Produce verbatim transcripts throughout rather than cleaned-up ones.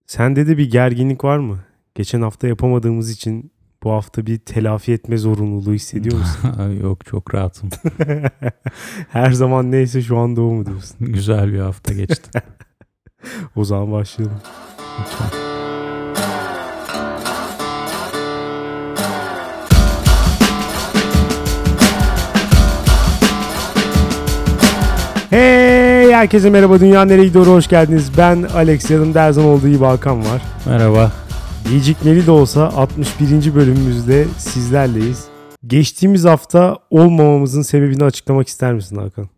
Sende de bir gerginlik var mı? Geçen hafta yapamadığımız için bu hafta bir telafi etme zorunluluğu hissediyor musun? Yok, çok rahatım. Her zaman neyse şu anda o mu diyorsun? Güzel bir hafta geçti. O zaman başlayalım. Lütfen. Hey herkese merhaba, Dünya Nereye Gidiyor, hoş geldiniz. Ben Alex, yanımda her zaman olduğu gibi Hakan var. Merhaba. Gecikmeli de olsa altmış birinci bölümümüzde sizlerleyiz. Geçtiğimiz hafta olmamamızın sebebini açıklamak ister misin Hakan?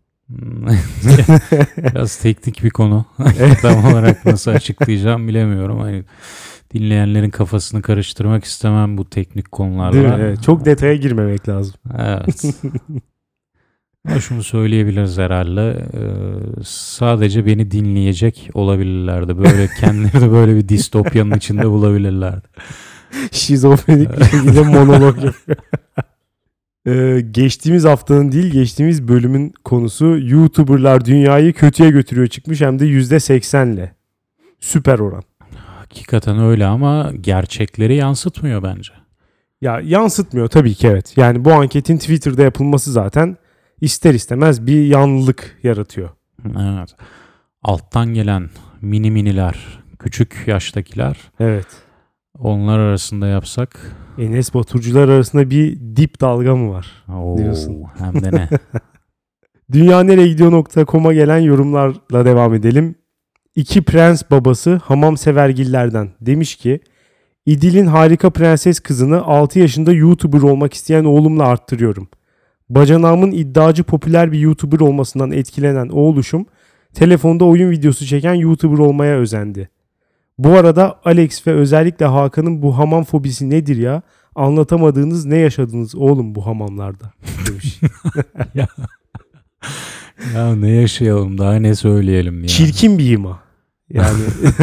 Biraz teknik bir konu. Tam olarak nasıl açıklayacağım bilemiyorum. Hani dinleyenlerin kafasını karıştırmak istemem bu teknik konularla. Değil mi? Evet, çok detaya girmemek lazım. Evet. Ama şunu söyleyebiliriz herhalde. Ee, sadece beni dinleyecek olabilirlerdi. Böyle kendileri de böyle bir distopyanın içinde bulabilirlerdi. Şizofrenik bir şekilde monolog yapıyor. Ee, geçtiğimiz haftanın değil, geçtiğimiz bölümün konusu YouTuber'lar dünyayı kötüye götürüyor çıkmış, hem de yüzde seksenle. Süper oran. Hakikaten öyle ama gerçekleri yansıtmıyor bence. Ya yansıtmıyor tabii ki, evet. Yani bu anketin Twitter'da yapılması zaten ister istemez bir yanlılık yaratıyor. Evet. Alttan gelen mini miniler, küçük yaştakiler. Evet. Onlar arasında yapsak. Enes Baturcular arasında bir dip dalga mı var? Oo, Diyorsun. hem de ne? dünya nereye gidiyor nokta com'a gelen yorumlarla devam edelim. İki prens babası hamam severgillerden demiş ki, İdil'in harika prenses kızını altı yaşında YouTuber olmak isteyen oğlumla arttırıyorum. Bacanağımın iddiacı popüler bir YouTuber olmasından etkilenen oğluşum telefonda oyun videosu çeken YouTuber olmaya özendi. Bu arada Alex ve özellikle Hakan'ın bu hamam fobisi nedir ya? Anlatamadığınız ne yaşadınız oğlum bu hamamlarda demiş. ya, ya ne yaşayalım, daha ne söyleyelim ya. Çirkin bir ima. Yani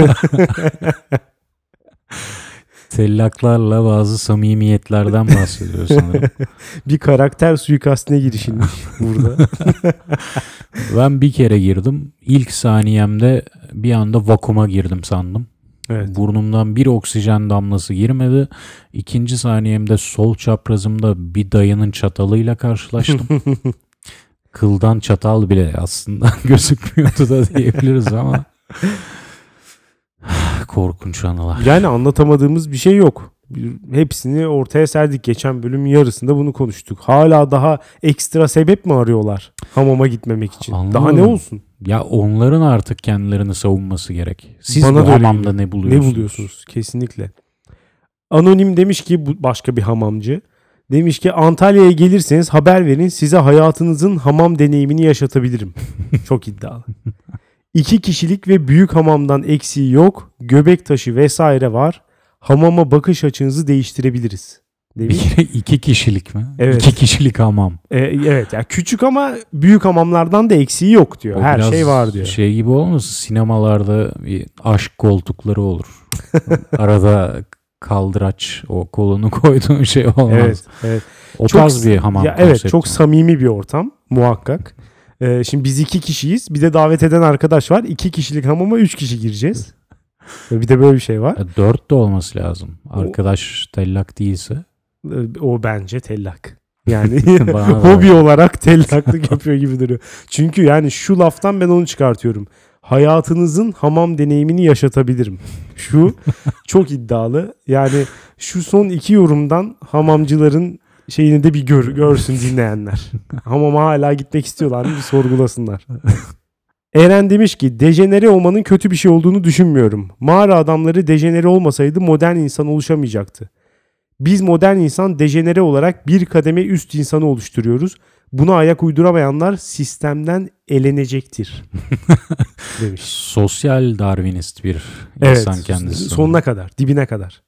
tellaklarla bazı samimiyetlerden bahsediyor sanırım. bir karakter suikastine girişilmiş burada. Ben bir kere girdim. İlk saniyemde bir anda vakuma girdim sandım. Evet. Burnumdan bir oksijen damlası girmedi. İkinci saniyemde sol çaprazımda bir dayının çatalıyla karşılaştım. Kıldan çatal bile aslında gözükmüyordu da diyebiliriz ama korkunç anılar. Yani anlatamadığımız bir şey yok. Hepsini ortaya serdik. Geçen bölümün yarısında bunu konuştuk. Hala daha ekstra sebep mi arıyorlar hamama gitmemek için? Anladım. Daha ne olsun? Ya onların artık kendilerini savunması gerek. Siz Bana bu hamamda ne buluyorsunuz? Ne buluyorsunuz? Kesinlikle. Anonim demiş ki, bu başka bir hamamcı. Demiş ki, Antalya'ya gelirseniz haber verin, size hayatınızın hamam deneyimini yaşatabilirim. Çok iddialı. İki kişilik ve büyük hamamdan eksiği yok. Göbek taşı vesaire var. Hamama bakış açınızı değiştirebiliriz demiş. Bir kere iki kişilik mi? Evet. İki kişilik hamam. Ee, evet yani küçük ama büyük hamamlardan da eksiği yok diyor. O Her biraz şey var diyor. Şey gibi olmasın, sinemalarda bir aşk koltukları olur. Arada kaldıraç, o kolunu koyduğun şey olmaz. Evet, evet. O Çok, tarz bir hamam ya konsepti. Evet, çok samimi bir ortam muhakkak. Ee, şimdi biz iki kişiyiz. Bir de davet eden arkadaş var. İki kişilik hamama üç kişi gireceğiz. Bir de böyle bir şey var. Ya dört de olması lazım. Arkadaş tellak değilse. O bence tellak. Yani Bana da hobi öyle. olarak tellaklık yapıyor gibi duruyor. Çünkü yani şu laftan ben onu çıkartıyorum. Hayatınızın hamam deneyimini yaşatabilirim. Şu çok iddialı. Yani şu son iki yorumdan hamamcıların şeyini de bir gör, görsün dinleyenler. Hamama hala gitmek istiyorlar mı bir sorgulasınlar. Eren demiş ki, dejenere olmanın kötü bir şey olduğunu düşünmüyorum. Mağara adamları dejenere olmasaydı modern insan oluşamayacaktı. Biz modern insan dejenere olarak bir kademe üst insanı oluşturuyoruz. Buna ayak uyduramayanlar sistemden elenecektir demiş. Sosyal Darwinist bir Evet, insan kendisi. sonuna kadar, dibine kadar.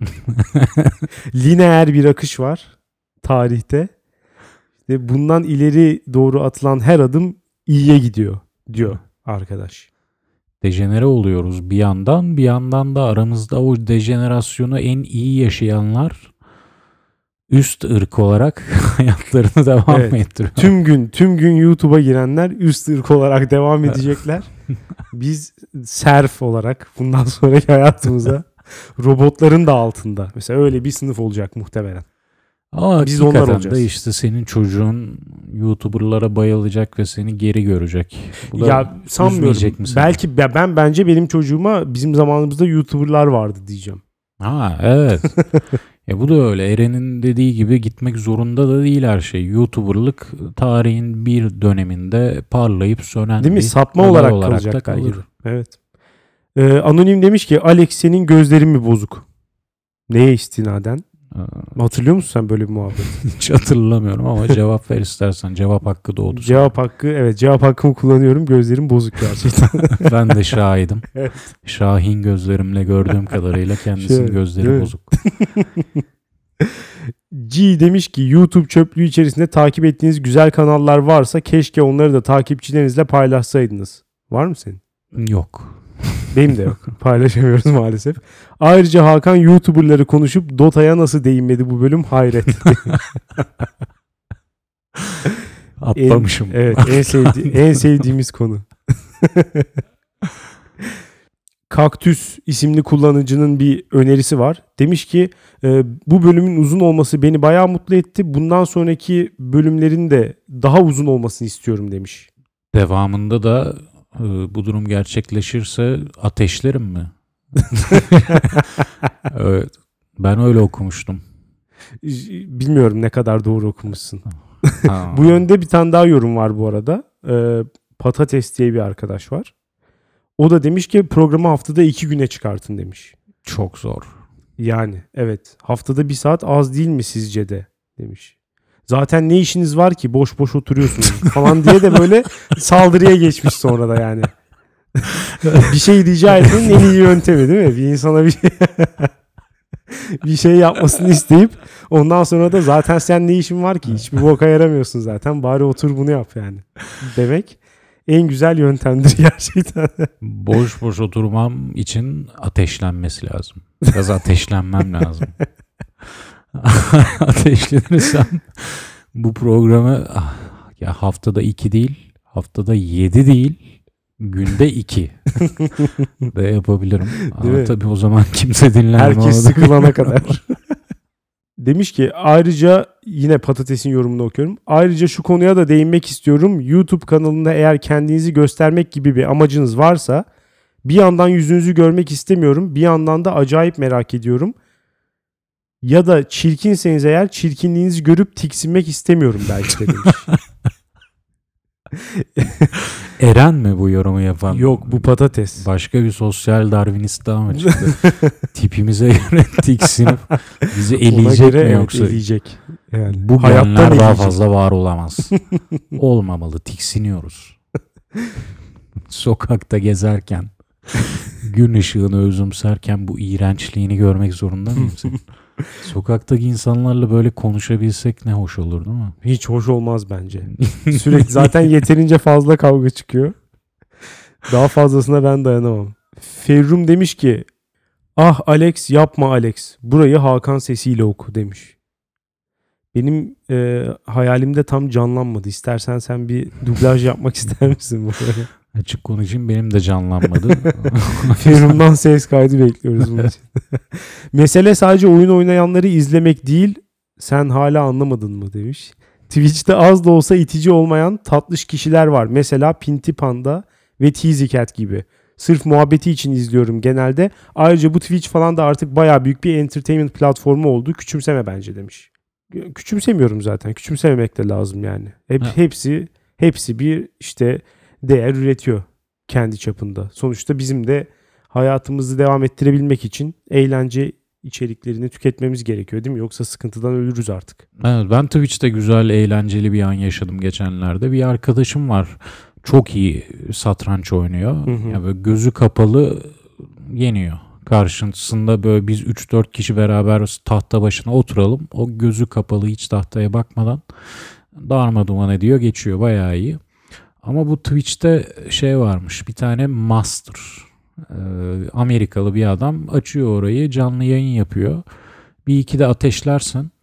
Lineer bir akış var tarihte. İşte bundan ileri doğru atılan her adım iyiye gidiyor diyor arkadaş. Dejenere oluyoruz bir yandan, bir yandan da aramızda o dejenerasyonu en iyi yaşayanlar üst ırk olarak hayatlarını devam Evet. ettiriyor. Tüm gün tüm gün YouTube'a girenler üst ırk olarak devam edecekler. Biz serf olarak bundan sonraki hayatımıza robotların da altında. Mesela öyle bir sınıf olacak muhtemelen. Ama Biz onlar hakikaten olacağız. de işte senin çocuğun YouTuber'lara bayılacak ve seni geri görecek. Bu da Ya sanmıyorum. üzmeyecek mi seni? Belki ben, ben bence benim çocuğuma bizim zamanımızda YouTuber'lar vardı diyeceğim. Ha evet. Ya bu da öyle. Eren'in dediği gibi gitmek zorunda da değil her şey. YouTuber'lık tarihin bir döneminde parlayıp sönen Değil mi? bir Sapma olay olarak, olarak kalacak da belki kalır. de. Evet. Ee, Anonim demiş ki Alex senin gözlerin mi bozuk? Neye istinaden? Aa, Hatırlıyor musun sen böyle bir muhabbet? hiç hatırlamıyorum ama cevap ver istersen. Cevap hakkı doğdu. Cevap hakkı, evet, cevap hakkımı kullanıyorum. Gözlerim bozuk gerçekten. Ben de şahidim. Evet. Şahin gözlerimle gördüğüm kadarıyla kendisinin Şöyle, gözleri değil mi? bozuk. G demiş ki YouTube çöplüğü içerisinde takip ettiğiniz güzel kanallar varsa keşke onları da takipçilerinizle paylaşsaydınız. Var mı senin? Yok. Benim de yok. Paylaşamıyoruz maalesef. Ayrıca Hakan YouTuber'ları konuşup Dota'ya nasıl değinmedi bu bölüm, hayret. Atlamışım. En, evet, en, sevdi, en sevdiğimiz konu. Kaktüs isimli kullanıcının bir önerisi var. Demiş ki e, bu bölümün uzun olması beni bayağı mutlu etti. Bundan sonraki bölümlerin de daha uzun olmasını istiyorum demiş. Devamında da e, bu durum gerçekleşirse ateşlerim mi? Evet. Ben öyle okumuştum. Bilmiyorum ne kadar doğru okumuşsun. Ha. Bu yönde bir tane daha yorum var bu arada. Ee, Patates diye bir arkadaş var. O da demiş ki programı haftada iki güne çıkartın demiş. Çok zor. Yani evet, haftada bir saat az değil mi sizce de demiş. Zaten ne işiniz var ki boş boş oturuyorsunuz falan diye de böyle saldırıya geçmiş sonra da yani. Bir şey rica etmenin en iyi yöntemi değil mi? Bir insana bir bir şey yapmasını isteyip ondan sonra da zaten sen ne işin var ki? Hiçbir boka yaramıyorsun zaten. Bari otur bunu yap yani. Demek en güzel yöntemdir gerçekten. Boş boş oturmam için ateşlenmesi lazım. Biraz ateşlenmem lazım. Ateşlenirsem bu programı ah, ya haftada iki değil, haftada yedi değil, günde iki de yapabilirim. Değil Ama mi? tabii o zaman kimse dinlemez. Herkes sıkılana kadar. Demiş ki ayrıca yine Patates'in yorumunu okuyorum. Ayrıca şu konuya da değinmek istiyorum. YouTube kanalında eğer kendinizi göstermek gibi bir amacınız varsa bir yandan yüzünüzü görmek istemiyorum. Bir yandan da acayip merak ediyorum. Ya da çirkinseniz eğer çirkinliğinizi görüp tiksinmek istemiyorum belki de demiş. Eren mi bu yorumu yapan? Yok, bu Patates. Başka bir sosyal Darwinist daha mı çıktı? Tipimize göre tiksinip bizi Ona eleyecek göre mi evet, yoksa? eleyecek. Yani Bu hayattan genler daha eleyecek. fazla var olamaz. Olmamalı, tiksiniyoruz. Sokakta gezerken, gün ışığını özümserken bu iğrençliğini görmek zorunda mıyım senin? Sokaktaki insanlarla böyle konuşabilsek ne hoş olur değil mi? Hiç hoş olmaz bence. Sürekli zaten yeterince fazla kavga çıkıyor. Daha fazlasına ben dayanamam. Ferrum demiş ki ah Alex yapma Alex. Burayı Hakan sesiyle oku demiş. Benim e, hayalimde tam canlanmadı. İstersen sen bir dublaj yapmak ister misin bu? Açık konuşayım benim de canlanmadı. Ferrum'dan ses kaydı bekliyoruz bunun için. Mesele sadece oyun oynayanları izlemek değil. Sen hala anlamadın mı demiş. Twitch'te az da olsa itici olmayan tatlış kişiler var. Mesela Pinti Panda ve Teasy Cat gibi. Sırf muhabbeti için izliyorum genelde. Ayrıca bu Twitch falan da artık bayağı büyük bir entertainment platformu oldu. Küçümseme bence demiş. Küçümsemiyorum zaten. Küçümsememek de lazım yani. Hep, Ha. hepsi hepsi bir işte değer üretiyor kendi çapında. Sonuçta bizim de hayatımızı devam ettirebilmek için eğlence içeriklerini tüketmemiz gerekiyor değil mi? Yoksa sıkıntıdan ölürüz artık. Evet, ben Twitch'te güzel, eğlenceli bir an yaşadım geçenlerde. Bir arkadaşım var. Çok iyi satranç oynuyor. Hı hı. Yani böyle gözü kapalı yeniyor. Karşısında böyle biz üç dört kişi beraber tahta başına oturalım. O gözü kapalı hiç tahtaya bakmadan darmaduman ediyor, geçiyor. Bayağı iyi. Ama bu Twitch'te şey varmış. Bir tane master. Ee, Amerikalı bir adam açıyor orayı. Canlı yayın yapıyor. Bir iki de ateşlersen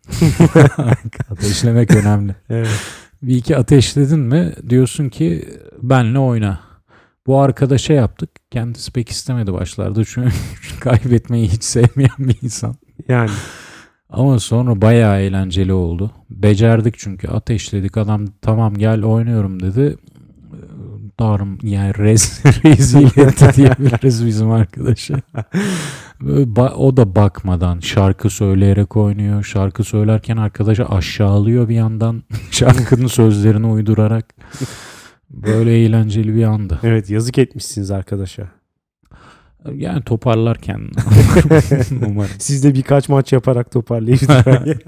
Ateşlemek önemli. Evet. Bir iki ateşledin mi diyorsun ki benle oyna. Bu arkadaşa yaptık. Kendisi pek istemedi başlarda çünkü kaybetmeyi hiç sevmeyen bir insan. Yani. Ama sonra bayağı eğlenceli oldu. Becerdik çünkü ateşledik. Adam tamam gel oynuyorum dedi. Darım yani rez, rezil etti diyebiliriz bizim arkadaşa. Ba- o da bakmadan şarkı söyleyerek oynuyor. Şarkı söylerken arkadaşı aşağılıyor bir yandan şarkının sözlerini uydurarak. Böyle eğlenceli bir andı. Evet, yazık etmişsiniz arkadaşa. Yani toparlarken umarım. Siz de birkaç maç yaparak toparlayın.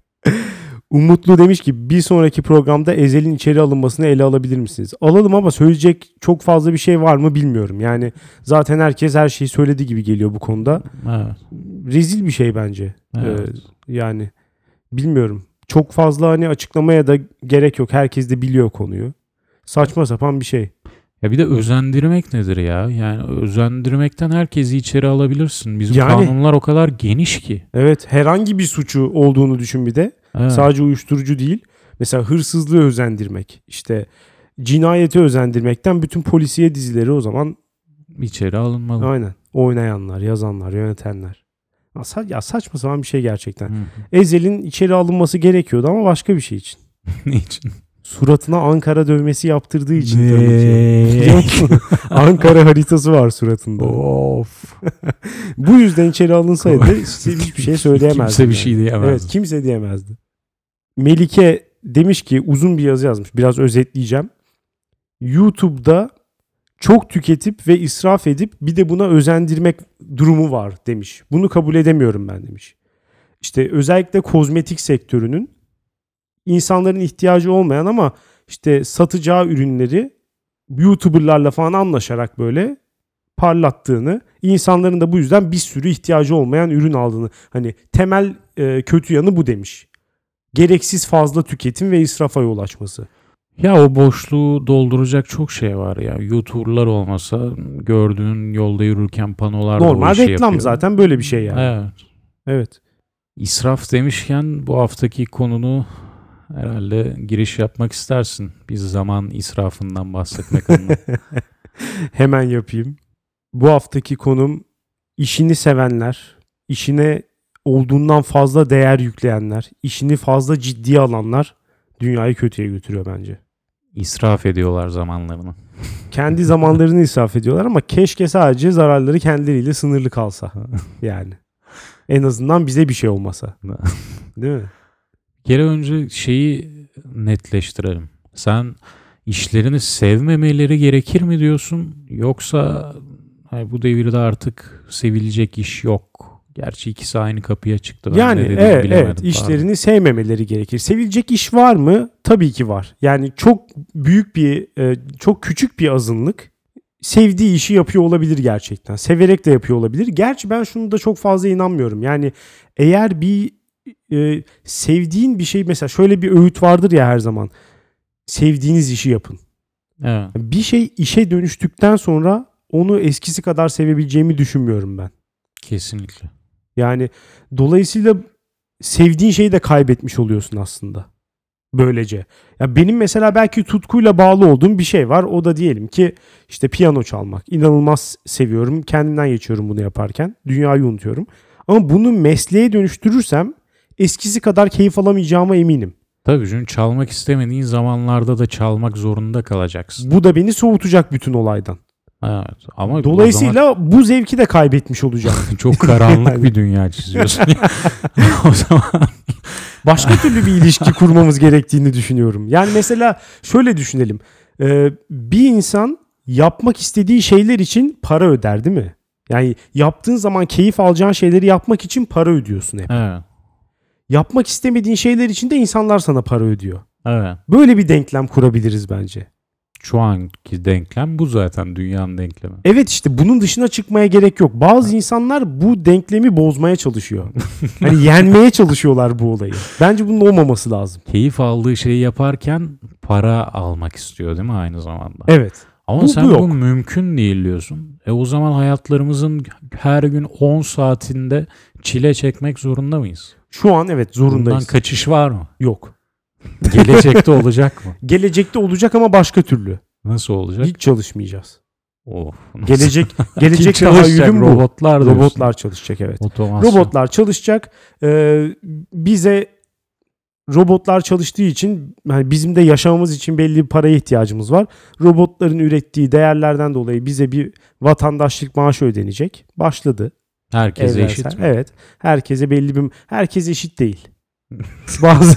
Umutlu demiş ki bir sonraki programda Ezel'in içeri alınmasını ele alabilir misiniz? Alalım ama söyleyecek çok fazla bir şey var mı bilmiyorum. Yani zaten herkes her şeyi söylediği gibi geliyor bu konuda. Evet. Rezil bir şey bence. Evet. Ee, yani bilmiyorum. Çok fazla hani açıklamaya da gerek yok. Herkes de biliyor konuyu. Saçma sapan bir şey. Ya bir de özendirmek nedir ya? Yani özendirmekten herkesi içeri alabilirsin. Bizim Yani- kanunlar o kadar geniş ki. Evet, herhangi bir suçu olduğunu düşün bir de. Evet. Sadece uyuşturucu değil. Mesela hırsızlığı özendirmek, işte cinayeti özendirmekten bütün polisiye dizileri o zaman İçeri alınmalı. aynen oynayanlar, yazanlar, yönetenler. Ya, sa- ya saçma sapan bir şey gerçekten. Hı hı. Ezel'in içeri alınması gerekiyordu ama başka bir şey için. Niçin? Suratına Ankara dövmesi yaptırdığı için Ne? tabii ki. Biliyor musun? Ankara haritası var suratında. Of. Bu yüzden içeri alınsaydı işte hiçbir şey söyleyemezdi. Kimse bir yani. şey diyemez. Evet, kimse diyemezdi. Melike demiş ki uzun bir yazı yazmış. Biraz özetleyeceğim. YouTube'da çok tüketip ve israf edip bir de buna özendirmek durumu var demiş. Bunu kabul edemiyorum ben demiş. İşte özellikle kozmetik sektörünün insanların ihtiyacı olmayan ama işte satacağı ürünleri YouTuber'larla falan anlaşarak böyle parlattığını, insanların da bu yüzden bir sürü ihtiyacı olmayan ürün aldığını. Hani temel e, kötü yanı bu demiş. Gereksiz fazla tüketim ve israfa yol açması. Ya o boşluğu dolduracak çok şey var ya. YouTuber'lar olmasa gördüğün yolda yürürken panolarda Normal o işi reklam yapıyor. zaten böyle bir şey yani. Evet. Evet. İsraf demişken bu haftaki konunu herhalde giriş yapmak istersin. Biz zaman israfından bahsetmek adına. Hemen yapayım. Bu haftaki konum işini sevenler, işine olduğundan fazla değer yükleyenler, işini fazla ciddiye alanlar dünyayı kötüye götürüyor bence. İsraf ediyorlar zamanlarını. Kendi zamanlarını israf ediyorlar ama keşke sadece zararları kendileriyle sınırlı kalsa. Yani. En azından bize bir şey olmasa. Değil mi? Bir kere önce şeyi netleştirelim. Sen işlerini sevmemeleri gerekir mi diyorsun? Yoksa hani bu devirde artık sevilecek iş yok. Gerçi ikisi aynı kapıya çıktı. Ben Yani ne dediğimi evet, bilemedim. evet Pardon. işlerini sevmemeleri gerekir. Sevilecek iş var mı? Tabii ki var. Yani çok büyük bir, e, çok küçük bir azınlık sevdiği işi yapıyor olabilir gerçekten. Severek de yapıyor olabilir. Gerçi ben şunu da çok fazla inanmıyorum. Yani eğer bir e, sevdiğin bir şey, mesela şöyle bir öğüt vardır ya her zaman. Sevdiğiniz işi yapın. Evet. Bir şey işe dönüştükten sonra onu eskisi kadar sevebileceğimi düşünmüyorum ben. Kesinlikle. Yani dolayısıyla sevdiğin şeyi de kaybetmiş oluyorsun aslında. Böylece. Ya benim mesela belki tutkuyla bağlı olduğum bir şey var. O da diyelim ki işte piyano çalmak. İnanılmaz seviyorum. Kendimden geçiyorum bunu yaparken. Dünyayı unutuyorum. Ama bunu mesleğe dönüştürürsem eskisi kadar keyif alamayacağıma eminim. Tabii çünkü çalmak istemediğin zamanlarda da çalmak zorunda kalacaksın. Bu da beni soğutacak bütün olaydan. Evet. Ama Dolayısıyla bu zevki de kaybetmiş olacağım. o zaman çok karanlık bir dünya çiziyorsun. O zaman Başka türlü bir ilişki kurmamız gerektiğini düşünüyorum. Yani mesela şöyle düşünelim. Ee, bir insan yapmak istediği şeyler için para öder değil mi? Yani yaptığın zaman keyif alacağın şeyleri yapmak için para ödüyorsun hep. evet. Yapmak istemediğin şeyler için de insanlar sana para ödüyor. Evet. Böyle bir denklem kurabiliriz bence. Şu anki denklem bu zaten dünyanın denklemi. Evet, işte bunun dışına çıkmaya gerek yok. Bazı insanlar bu denklemi bozmaya çalışıyor. Hani yenmeye çalışıyorlar bu olayı. Bence bunun olmaması lazım. Keyif aldığı şeyi yaparken para almak istiyor değil mi aynı zamanda? Evet. Ama Bu- sen bu bu, yok. mümkün değil diyorsun. E o zaman hayatlarımızın her gün on saatinde çile çekmek zorunda mıyız? Şu an evet zorundayız. Bundan kaçış var mı? Yok. Gelecekte olacak mı? Gelecekte olacak ama başka türlü. Nasıl olacak? Hiç çalışmayacağız. Of. Gelecek Kim gelecek çalışacak? tahayyülüm bu. Robotlar diyorsun. Robotlar çalışacak evet. Otomasyon. Robotlar çalışacak. Ee, bize robotlar çalıştığı için yani bizim de yaşamamız için belli bir paraya ihtiyacımız var. Robotların ürettiği değerlerden dolayı bize bir vatandaşlık maaşı ödenecek. Başladı. Herkese Evrensel. eşit mi? Evet. Herkese belli bir herkes eşit değil. Bazı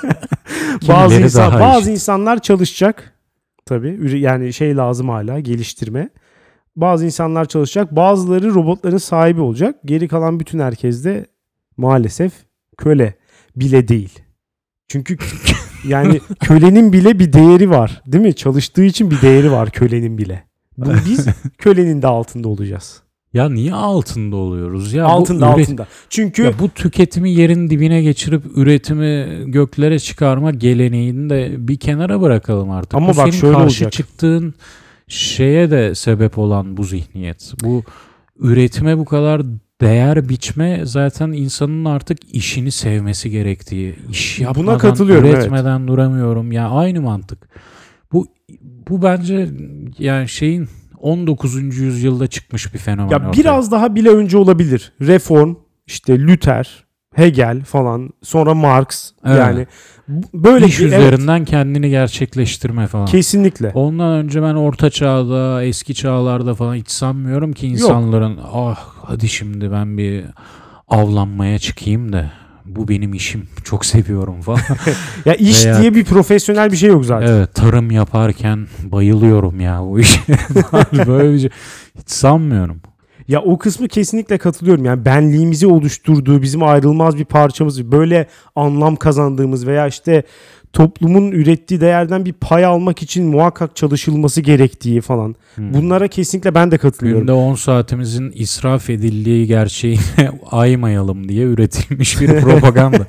bazı Kimileri insan daha bazı eşit. insanlar çalışacak. Tabii üre- yani şey lazım hala geliştirme. Bazı insanlar çalışacak. Bazıları robotların sahibi olacak. Geri kalan bütün herkes de maalesef köle bile değil. Çünkü yani kölenin bile bir değeri var. Değil mi? Çalıştığı için bir değeri var kölenin bile. Bu, biz kölenin de altında olacağız. Ya niye altında oluyoruz? Ya bu Altında üret- altında. Çünkü Ya bu tüketimi yerin dibine geçirip üretimi göklere çıkarma geleneğini de bir kenara bırakalım artık. Ama bu bak senin şöyle karşı olacak. çıktığın şeye de sebep olan bu zihniyet. Bu üretime bu kadar değer biçme zaten insanın artık işini sevmesi gerektiği. İş Buna yapmadan, katılıyorum, evet. üretmeden duramıyorum. Ya aynı mantık. Bu bu bence yani şeyin on dokuzuncu yüzyılda çıkmış bir fenomen ya ortaya. biraz daha bile önce olabilir. Reform, işte Luther, Hegel falan, sonra Marx Evet. yani bu- böyle İş bir- evet, üzerinden kendini gerçekleştirme falan. kesinlikle. Ondan önce ben orta çağda, eski çağlarda falan hiç sanmıyorum ki insanların ah hadi şimdi ben bir avlanmaya çıkayım da bu benim işim çok seviyorum falan. Ya iş Veya- diye bir profesyonel bir şey yok zaten. Evet, tarım yaparken bayılıyorum ya bu işe. Böyle bir şey hiç sanmıyorum. Ya o kısmı kesinlikle katılıyorum. Yani benliğimizi oluşturduğu, bizim ayrılmaz bir parçamız, böyle anlam kazandığımız veya işte toplumun ürettiği değerden bir pay almak için muhakkak çalışılması gerektiği falan. Hmm. Bunlara kesinlikle ben de katılıyorum. Günde on saatimizin israf edildiği gerçeğine aymayalım diye üretilmiş bir propaganda.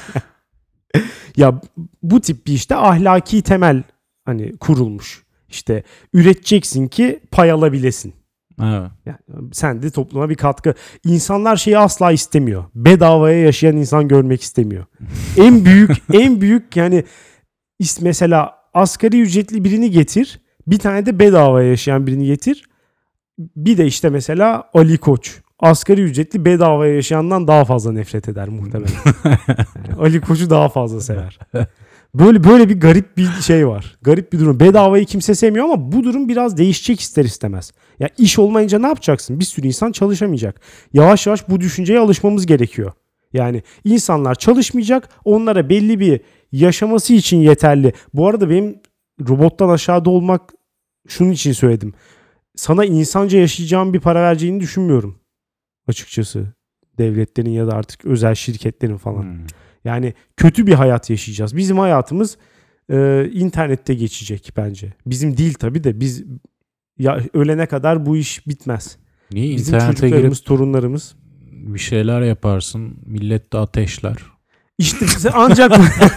Ya bu tip bir işte ahlaki temel hani kurulmuş. İşte üreteceksin ki pay alabilesin. Evet. Yani sen de topluma bir katkı. İnsanlar şeyi asla istemiyor. Bedavaya yaşayan insan görmek istemiyor. En büyük en büyük yani is- mesela asgari ücretli birini getir. Bir tane de bedavaya yaşayan birini getir. Bir de işte mesela Ali Koç. Asgari ücretli bedavaya yaşayandan daha fazla nefret eder muhtemelen. Yani Ali Koç'u daha fazla sever. Böyle böyle bir garip bir şey var. Garip bir durum. Bedavayı kimse sevmiyor ama bu durum biraz değişecek ister istemez. Ya iş olmayınca ne yapacaksın? Bir sürü insan çalışamayacak. Yavaş yavaş bu düşünceye alışmamız gerekiyor. Yani insanlar çalışmayacak. Onlara belli bir yaşaması için yeterli. Bu arada benim robottan aşağıda olmak şunun için söyledim. Sana insanca yaşayacağım bir para vereceğini düşünmüyorum. Açıkçası. Devletlerin ya da artık özel şirketlerin falan. Hmm. Yani kötü bir hayat yaşayacağız. Bizim hayatımız e, internette geçecek bence. Bizim değil tabii de biz ya ölene kadar bu iş bitmez. Niye Bizim internete girip çocuklarımız, torunlarımız. bir şeyler yaparsın, millet de ateşler. İşte bize ancak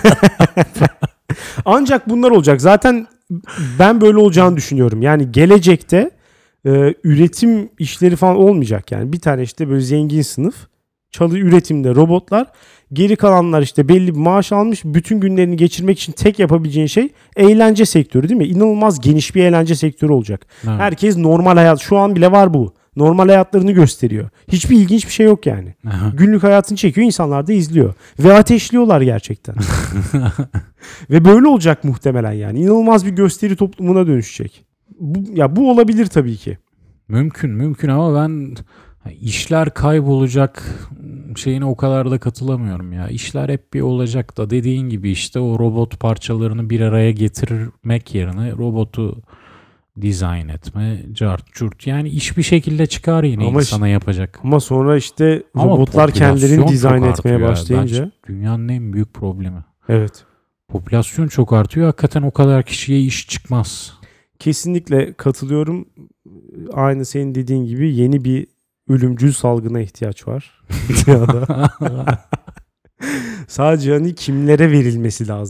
ancak bunlar olacak. Zaten ben böyle olacağını düşünüyorum. Yani gelecekte e, üretim işleri falan olmayacak. Yani bir tane işte böyle zengin sınıf, çalı üretimde robotlar. Geri kalanlar işte belli bir maaş almış. Bütün günlerini geçirmek için tek yapabileceğin şey eğlence sektörü değil mi? İnanılmaz geniş bir eğlence sektörü olacak. Evet. Herkes normal hayat. Şu an bile var bu. Normal hayatlarını gösteriyor. Hiçbir ilginç bir şey yok yani. Aha. Günlük hayatını çekiyor, insanlar da izliyor. Ve ateşliyorlar gerçekten. Ve böyle olacak muhtemelen yani. İnanılmaz bir gösteri toplumuna dönüşecek. Bu, ya bu olabilir tabii ki. Mümkün mümkün ama ben işler kaybolacak şeyine o kadar da katılamıyorum ya. İşler hep bir olacak da dediğin gibi işte o robot parçalarını bir araya getirmek yerine robotu dizayn etme, cart curt. Yani iş bir şekilde çıkar yine Ama insana yapacak. Ama sonra işte Ama robotlar kendilerini popülasyon dizayn çok etmeye artıyor ya. başlayınca. Bence dünyanın en büyük problemi. Evet. Popülasyon çok artıyor. Hakikaten o kadar kişiye iş çıkmaz. Kesinlikle katılıyorum. Aynı senin dediğin gibi yeni bir ölümcül salgına ihtiyaç var. Dünyada. Sadece hani kimlere verilmesi lazım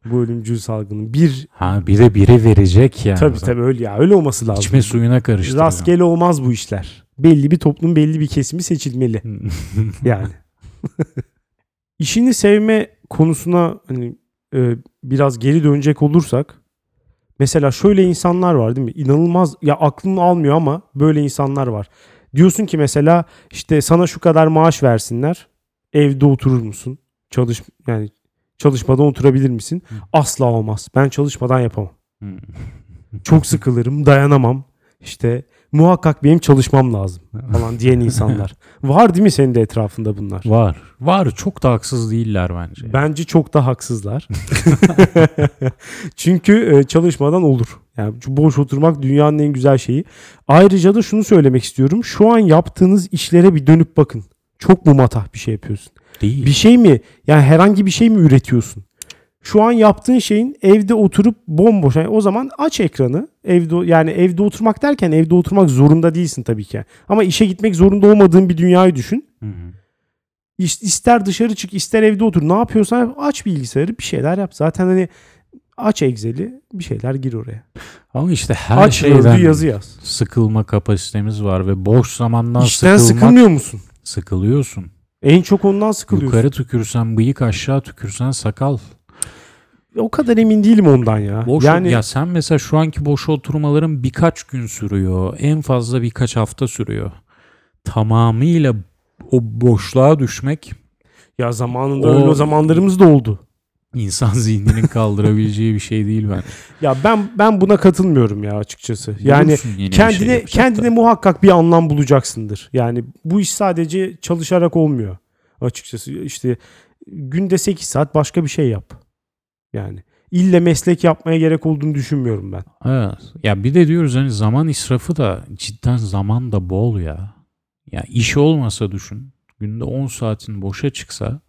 Bu ölümcül salgının. Bir Ha bir de biri verecek yani. tabii tabii öyle ya. Öyle olması lazım. İçme suyuna karıştırıyor. Rastgele olmaz bu işler. Belli bir toplumun belli bir kesimi seçilmeli. Yani. İşini sevme konusuna hani e, biraz geri dönecek olursak mesela şöyle insanlar var değil mi? İnanılmaz ya aklın almıyor ama böyle insanlar var. Diyorsun ki mesela işte sana şu kadar maaş versinler. Evde oturur musun? Çalış yani çalışmadan oturabilir misin? Asla olmaz. Ben çalışmadan yapamam. Çok sıkılırım, dayanamam. İşte muhakkak benim çalışmam lazım falan diyen insanlar. Var değil mi senin de etrafında bunlar? Var. Var. Çok da haksız değiller bence. Bence çok da haksızlar. Çünkü çalışmadan olur. Yani boş oturmak dünyanın en güzel şeyi. Ayrıca da şunu söylemek istiyorum. Şu an yaptığınız işlere bir dönüp bakın. Çok mu matah bir şey yapıyorsun? Değil. Bir şey mi? Yani herhangi bir şey mi üretiyorsun? Şu an yaptığın şeyin evde oturup bomboş. Yani o zaman aç ekranı. Evde yani evde oturmak derken evde oturmak zorunda değilsin tabii ki. Ama işe gitmek zorunda olmadığın bir dünyayı düşün. Hı hı. İster dışarı çık, ister evde otur. Ne yapıyorsan yap, aç bilgisayarı, bir şeyler yap. Zaten hani aç Excel'i, bir şeyler gir oraya. Ama işte her Aç şeyden yazı yaz. sıkılma kapasitemiz var ve boş zamandan İşten sıkılmak. sıkılmıyor musun? Sıkılıyorsun. En çok ondan sıkılıyorsun. Yukarı tükürsen bıyık, aşağı tükürsen sakal. O kadar emin değilim ondan ya. Boş, yani ya sen mesela şu anki boş oturmaların birkaç gün sürüyor. En fazla birkaç hafta sürüyor. Tamamıyla o boşluğa düşmek ya zamanında o, öyle zamanlarımız da oldu. İnsan zihninin kaldırabileceği bir şey değil ben. Ya ben ben buna katılmıyorum ya açıkçası. Yani kendine şey kendine muhakkak bir anlam bulacaksındır. Yani bu iş sadece çalışarak olmuyor açıkçası. İşte günde sekiz saat başka bir şey yap. Yani ille meslek yapmaya gerek olduğunu düşünmüyorum ben. Evet. Ya bir de diyoruz hani zaman israfı da cidden zaman da bol ya. Ya iş olmasa düşün. Günde on saatin boşa çıksa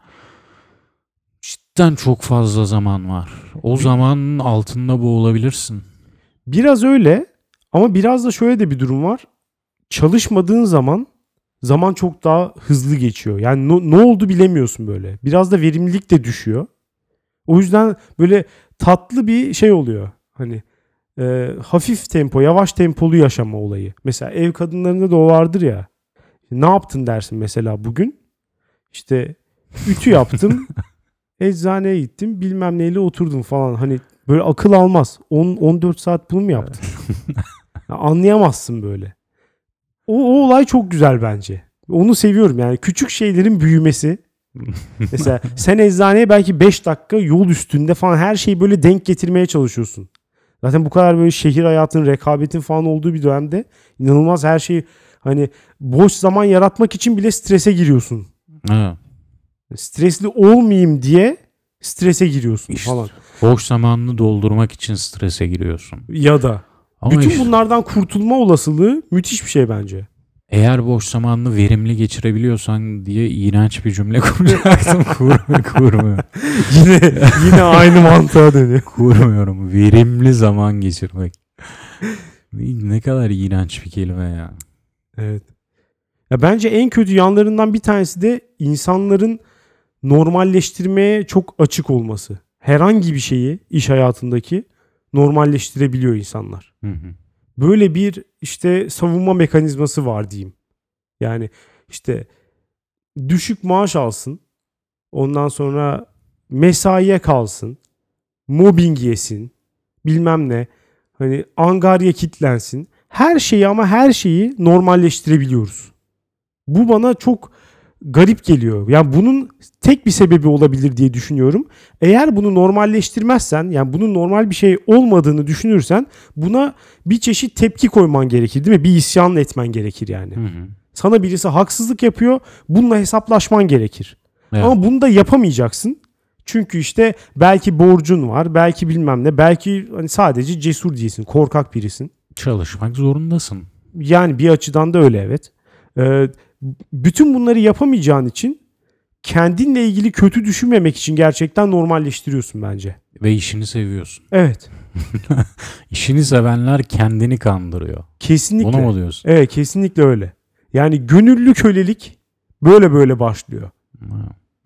cidden çok fazla zaman var. O zamanın altında boğulabilirsin. Biraz öyle ama biraz da şöyle de bir durum var. Çalışmadığın zaman zaman çok daha hızlı geçiyor. Yani no, ne oldu bilemiyorsun böyle. Biraz da verimlilik de düşüyor. O yüzden böyle tatlı bir şey oluyor. Hani e, hafif tempo, yavaş tempolu yaşama olayı. Mesela ev kadınlarında da o vardır ya. Ne yaptın dersin mesela bugün? İşte ütü yaptım. Eczaneye gittim. Bilmem neyle oturdum falan. Hani böyle akıl almaz. on on dört saat bunu mu yaptın? Ya anlayamazsın böyle. O, o olay çok güzel bence. Onu seviyorum yani. Küçük şeylerin büyümesi. Mesela sen eczaneye belki beş dakika yol üstünde falan her şeyi böyle denk getirmeye çalışıyorsun. Zaten bu kadar böyle şehir hayatının, rekabetin falan olduğu bir dönemde inanılmaz her şeyi hani boş zaman yaratmak için bile strese giriyorsun. Evet. Stresli olmayayım diye strese giriyorsun İşte, falan. boş zamanını doldurmak için strese giriyorsun. Ya da Ama bütün işte, bunlardan kurtulma olasılığı müthiş bir şey bence. eğer boş zamanını verimli geçirebiliyorsan diye iğrenç bir cümle kuracaktım. Kur, kurmuyorum. yine yine aynı mantığa dönüyor. Kurmuyorum. Verimli zaman geçirmek. Ne kadar iğrenç bir kelime ya. Evet. Ya bence en kötü yanlarından bir tanesi de insanların normalleştirmeye çok açık olması. Herhangi bir şeyi iş hayatındaki normalleştirebiliyor insanlar. Hı hı. Böyle bir işte savunma mekanizması var diyeyim. Yani işte düşük maaş alsın. Ondan sonra mesaiye kalsın. Mobbing yesin. Bilmem ne. Hani angarya kitlensin. Her şeyi ama her şeyi normalleştirebiliyoruz. Bu bana çok garip geliyor. Yani bunun tek bir sebebi olabilir diye düşünüyorum. Eğer bunu normalleştirmezsen, yani bunun normal bir şey olmadığını düşünürsen buna bir çeşit tepki koyman gerekir değil mi? Bir isyan etmen gerekir yani. Hı hı. Sana birisi haksızlık yapıyor, bununla hesaplaşman gerekir. Evet. Ama bunu da yapamayacaksın. Çünkü işte belki borcun var, belki bilmem ne, belki hani sadece cesur değilsin, korkak birisin. Çalışmak zorundasın. Yani bir açıdan da öyle evet. Ee, bütün bunları yapamayacağın için kendinle ilgili kötü düşünmemek için gerçekten normalleştiriyorsun bence. Ve işini seviyorsun. Evet. İşini sevenler kendini kandırıyor. Kesinlikle. Bunu mu diyorsun? Evet, kesinlikle öyle. Yani gönüllü kölelik böyle böyle başlıyor. Ha.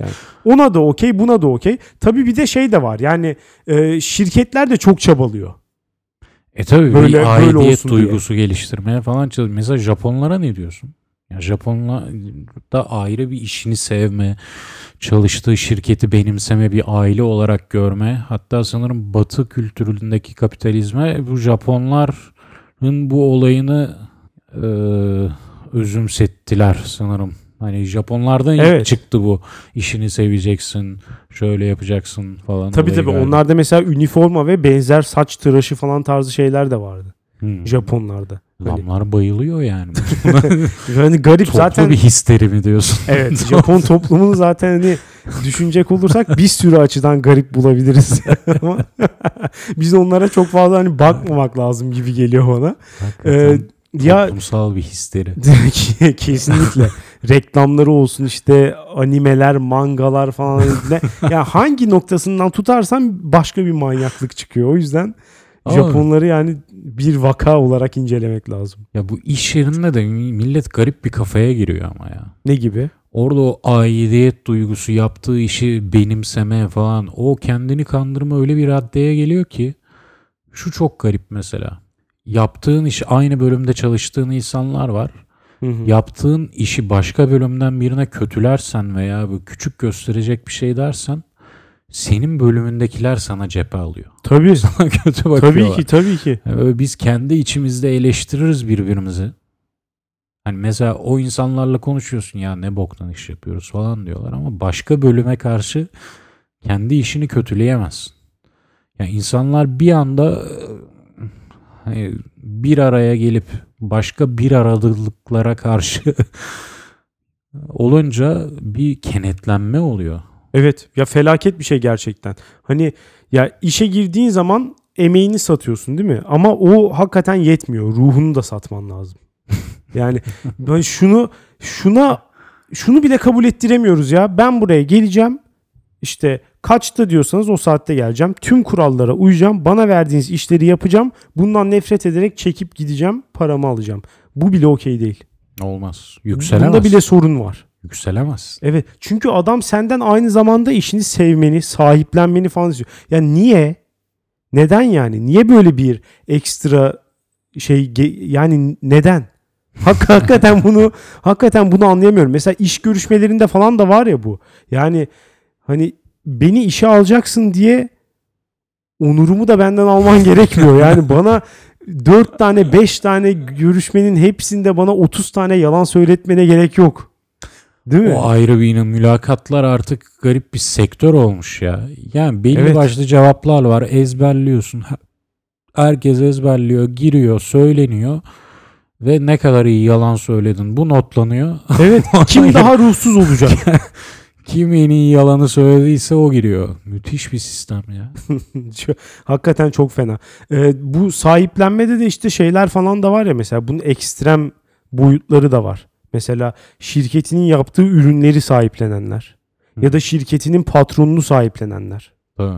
Yani ona da okey, buna da okey. Tabii bir de şey de var. Yani e, şirketler de çok çabalıyor. E tabii Böyle- bir böyle aidiyet olsun diye. duygusu geliştirmeye falan çalışıyor. Mesela Japonlara ne diyorsun? Ya Japonlar da ayrı bir işini sevme, çalıştığı şirketi benimseme, bir aile olarak görme. Hatta sanırım Batı kültüründeki kapitalizme bu Japonların bu olayını e, özümsettiler sanırım. Hani Japonlardan ilk Evet. çıktı bu. İşini seveceksin, şöyle yapacaksın falan. Tabii olayı tabii galiba. onlarda mesela üniforma ve benzer saç tıraşı falan tarzı şeyler de vardı. Hmm. Japonlarda. Hani, Adamlar bayılıyor yani. yani garip Toplu zaten. bir histeri mi diyorsun? Evet, Japon toplumunu zaten hani düşünecek olursak bir sürü açıdan garip bulabiliriz. Ama biz onlara çok fazla hani bakmamak lazım gibi geliyor bana. Hakikaten Ee, ya toplumsal bir histeri. kesinlikle reklamları olsun, işte animeler, mangalar falan, ne, ya hangi noktasından tutarsan başka bir manyaklık çıkıyor. O yüzden Ama- Japonları yani bir vaka olarak incelemek lazım. Ya bu iş yerinde de millet garip bir kafaya giriyor ama ya. Ne gibi? Orada o aidiyet duygusu, yaptığı işi benimseme falan, o kendini kandırma öyle bir raddeye geliyor ki şu çok garip mesela. Yaptığın iş, aynı bölümde çalıştığın insanlar var. Hı hı. Yaptığın işi başka bölümden birine kötülersen veya bu küçük gösterecek bir şey dersen senin bölümündekiler sana cephe alıyor. Tabii. Sana kötü bakıyorlar. Tabii ki, tabii ki. Yani böyle biz kendi içimizde eleştiririz birbirimizi. Hani mesela o insanlarla konuşuyorsun, ya ne boktan iş yapıyoruz falan diyorlar ama başka bölüme karşı kendi işini kötüleyemezsin. Yani insanlar bir anda e, hani bir araya gelip başka bir aralıklara karşı olunca bir kenetlenme oluyor. Evet ya, felaket bir şey gerçekten. Hani ya işe girdiğin zaman emeğini satıyorsun değil mi? Ama o hakikaten yetmiyor. Ruhunu da satman lazım. Yani ben şunu şuna şunu bile kabul ettiremiyoruz ya. Ben buraya geleceğim. İşte kaçta diyorsanız o saatte geleceğim. Tüm kurallara uyacağım. Bana verdiğiniz işleri yapacağım. Bundan nefret ederek çekip gideceğim. Paramı alacağım. Bu bile okey değil. Olmaz. Yükselemez. Bunda bile sorun var. Yükselemez. Evet. Çünkü adam senden aynı zamanda işini sevmeni, sahiplenmeni falan istiyor. Ya niye? Neden yani? Niye böyle bir ekstra şey ge- yani neden? Hak, hakikaten bunu hakikaten bunu anlayamıyorum. Mesela iş görüşmelerinde falan da var ya bu. Yani hani beni işe alacaksın diye onurumu da benden alman gerekmiyor. Yani bana dört tane beş tane görüşmenin hepsinde bana otuz tane yalan söyletmene gerek yok. Değil mi? O ayrı bir yine, mülakatlar artık garip bir sektör olmuş ya. Yani belli Evet. başlı cevaplar var, ezberliyorsun. Herkes ezberliyor, giriyor, söyleniyor ve ne kadar iyi yalan söyledin bu notlanıyor. Evet. Kim daha ruhsuz olacak? Kim en iyi yalanı söylediyse o giriyor. Müthiş bir sistem ya. Hakikaten çok fena. Ee, bu sahiplenmede de işte şeyler falan da var ya, mesela bunun ekstrem boyutları da var. Mesela şirketinin yaptığı ürünleri sahiplenenler. Ya da şirketinin patronunu sahiplenenler. Tabii.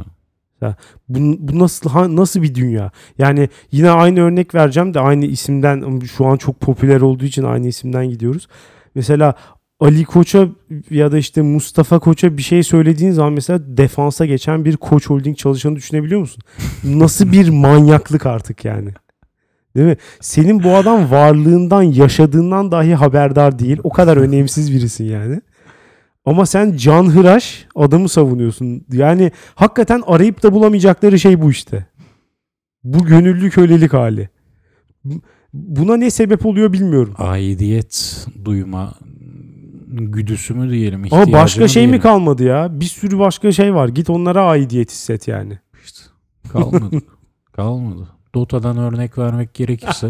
Bu, bu nasıl ha- nasıl bir dünya? Yani yine aynı örnek vereceğim de aynı isimden, şu an çok popüler olduğu için aynı isimden gidiyoruz. Mesela Ali Koç'a ya da işte Mustafa Koç'a bir şey söylediğin zaman mesela defansa geçen bir Koç Holding çalışanı düşünebiliyor musun? Nasıl bir manyaklık artık yani. Değil mi? Senin bu adam varlığından, yaşadığından dahi haberdar değil. O kadar önemsiz birisin yani. Ama sen canhıraş adamı savunuyorsun. Yani hakikaten arayıp da bulamayacakları şey bu işte. Bu gönüllü kölelik hali. Buna ne sebep oluyor bilmiyorum. Aidiyet duyma güdüsü mü diyelim, Ama ihtiyacı başka mı şey mi diyelim? kalmadı ya? Bir sürü başka şey var. Git onlara aidiyet hisset yani. İşte kalmadı. Kalmadı. Dota'dan örnek vermek gerekirse.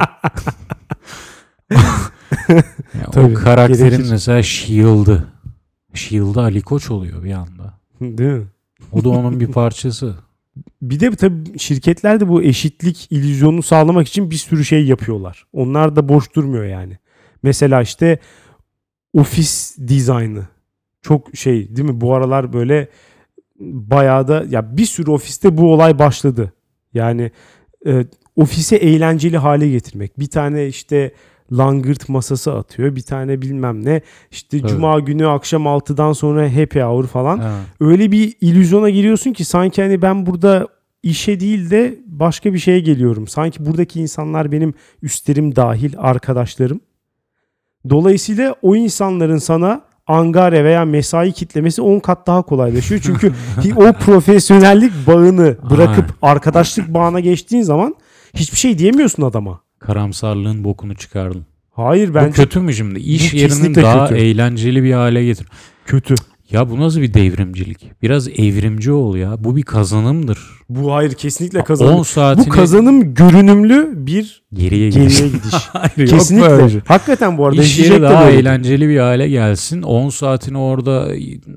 Yani Tabii, o karakterin gerekir. mesela Shield'ı. Shield'ı Ali Koç oluyor bir anda. Değil mi? O da onun bir parçası. Bir de tabii şirketler de bu eşitlik illüzyonunu sağlamak için bir sürü şey yapıyorlar. Onlar da boş durmuyor yani. Mesela işte ofis dizaynı. Çok şey değil mi? Bu aralar böyle bayağı da, ya bir sürü ofiste bu olay başladı. Yani e, ofise eğlenceli hale getirmek. Bir tane işte langırt masası atıyor. Bir tane bilmem ne. İşte Tabii. cuma günü akşam altıdan sonra happy hour falan. Evet. Öyle bir illüzyona giriyorsun ki sanki hani ben burada işe değil de başka bir şeye geliyorum. Sanki buradaki insanlar benim üstlerim dahil arkadaşlarım. Dolayısıyla o insanların sana angare veya mesai kitlemesi on kat daha kolaylaşıyor. Çünkü o profesyonellik bağını bırakıp arkadaşlık bağına geçtiğin zaman hiçbir şey diyemiyorsun adama. Karamsarlığın bokunu çıkardın. Hayır Bu bence kötü mü şimdi? İş Bu yerinin kesinlikle daha kötü. eğlenceli bir hale getir. kötü. Ya bu nasıl bir devrimcilik? Biraz evrimci ol ya. Bu bir kazanımdır. Bu hayır kesinlikle on kazanım. saatini Bu kazanım görünümlü bir geriye geriye gidiş. gidiş. Hayır, yok Kesinlikle. böyle şey. Hakikaten bu arada İş izleyecek yeri de daha böyle. eğlenceli bir hale gelsin. on saatini orada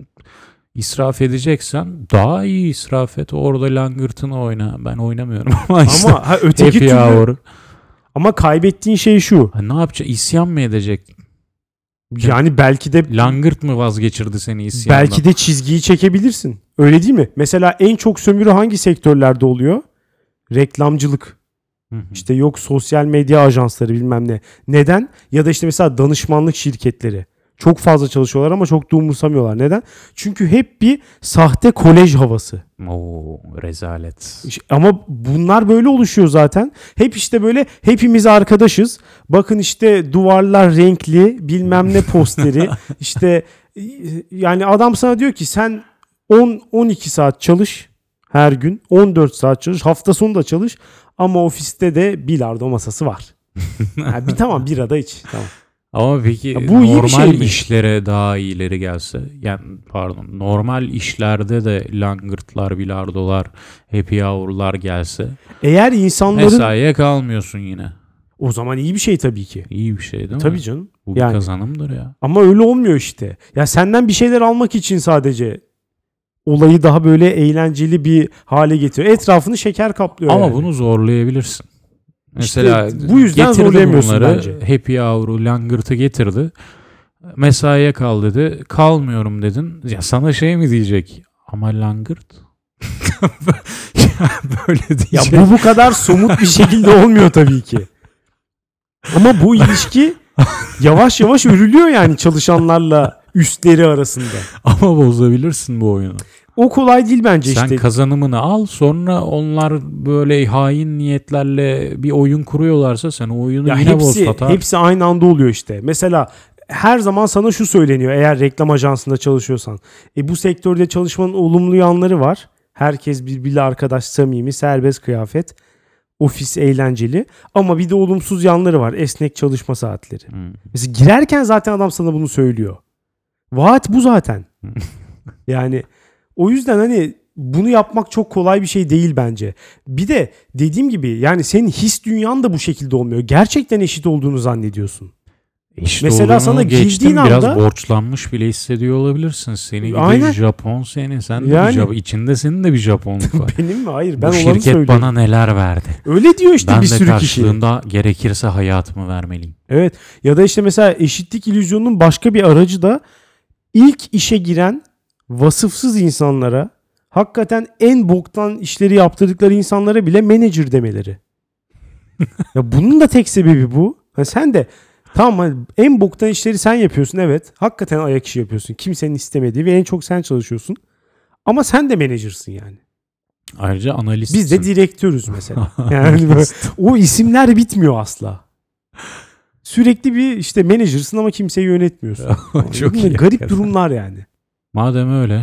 israf edeceksen daha iyi israf et. Orada langırtını oyna. Ben oynamıyorum ama işte Ama ha, öteki happy türlü hour. ama kaybettiğin şey şu. Ha, ne yapacak? İsyan mı edecek? Yani belki de Langırt mı vazgeçirdi seni isyandan? belki de çizgiyi çekebilirsin. Öyle değil mi? Mesela en çok sömürü hangi sektörlerde oluyor? Reklamcılık. Hı hı. İşte yok sosyal medya ajansları bilmem ne. Neden? Ya da işte mesela danışmanlık şirketleri. Çok fazla çalışıyorlar ama çok da umursamıyorlar. Neden? Çünkü hep bir sahte kolej havası. Oo, rezalet. İşte- Ama bunlar böyle oluşuyor zaten. Hep işte böyle hepimiz arkadaşız. Bakın işte duvarlar renkli bilmem ne posteri. İşte e, yani adam sana diyor ki sen on on iki saat çalış her gün. on dört saat çalış. Hafta sonu da çalış. Ama ofiste de bilardo masası var. Yani bir tamam bira da iç. Tamam. Ama peki Ya bu iyi bir normal şey mi? işlere daha iyileri gelse, yani pardon, normal işlerde de langırtlar, bilardolar, happy hour'lar gelse Eğer insanların mesaiye kalmıyorsun yine. o zaman iyi bir şey tabii ki. İyi bir şey değil mi? Tabii canım. Bu bir Yani. kazanımdır ya. Ama öyle olmuyor işte. Ya senden bir şeyler almak için sadece olayı daha böyle eğlenceli bir hale getiriyor. Etrafını şeker kaplıyor Ama yani. bunu zorlayabilirsin. Mesela İşte bu yüzden getirdi zorlayamıyorsun bunları, bence. happy hour'u, langırtı getirdi. Mesaiye kal dedi. Kalmıyorum dedin. Ya sana şey mi diyecek? Ama langırt. Ya böyle Ya diyecek. bu bu kadar somut bir şekilde olmuyor tabii ki. Ama bu ilişki yavaş yavaş örülüyor yani çalışanlarla üstleri arasında. Ama bozabilirsin bu oyunu. O kolay değil bence Sen işte. kazanımını al, sonra onlar böyle hain niyetlerle bir oyun kuruyorlarsa sen o oyunu Ya yine boz hepsi satar. hepsi aynı anda oluyor işte. Mesela her zaman sana şu söyleniyor eğer reklam ajansında çalışıyorsan. E bu sektörde çalışmanın olumlu yanları var. Herkes birbiriyle arkadaş, samimi, serbest kıyafet. Ofis eğlenceli. Ama bir de olumsuz yanları var. Esnek çalışma saatleri. Hmm. Mesela girerken zaten adam sana bunu söylüyor. Vaat bu zaten. Yani o yüzden hani bunu yapmak çok kolay bir şey değil bence. Bir de dediğim gibi yani senin his dünyan da bu şekilde olmuyor. Gerçekten eşit olduğunu zannediyorsun. İşte Mesela olduğunu sana geçtim, girdiğin biraz anda- borçlanmış bile hissediyor olabilirsin. Seni gibi Aynen. Japon seni. Sen de Yani. bir Japon. İçinde senin de bir Japonluk var. Benim mi? Hayır. Bu Ben olanı şirket söylüyorum. bana neler verdi. Öyle diyor işte Ben bir de sürü kişi. karşılığında gerekirse hayatımı vermeliyim. Evet. Ya da işte mesela eşitlik illüzyonunun başka bir aracı da ilk işe giren vasıfsız insanlara hakikaten en boktan işleri yaptırdıkları insanlara bile manager demeleri. Ya bunun da tek sebebi bu. Ha sen de tamam hani en boktan işleri sen yapıyorsun evet. Hakikaten ayak işi yapıyorsun. Kimsenin istemediği ve en çok sen çalışıyorsun. Ama sen de manager'sın yani. Ayrıca analistsin. Biz de direktörüz mesela. Yani böyle, o isimler bitmiyor asla. Sürekli bir işte manager'sın ama kimseyi yönetmiyorsun. Çok Anladın mı? iyi. Garip durumlar yani. Madem öyle,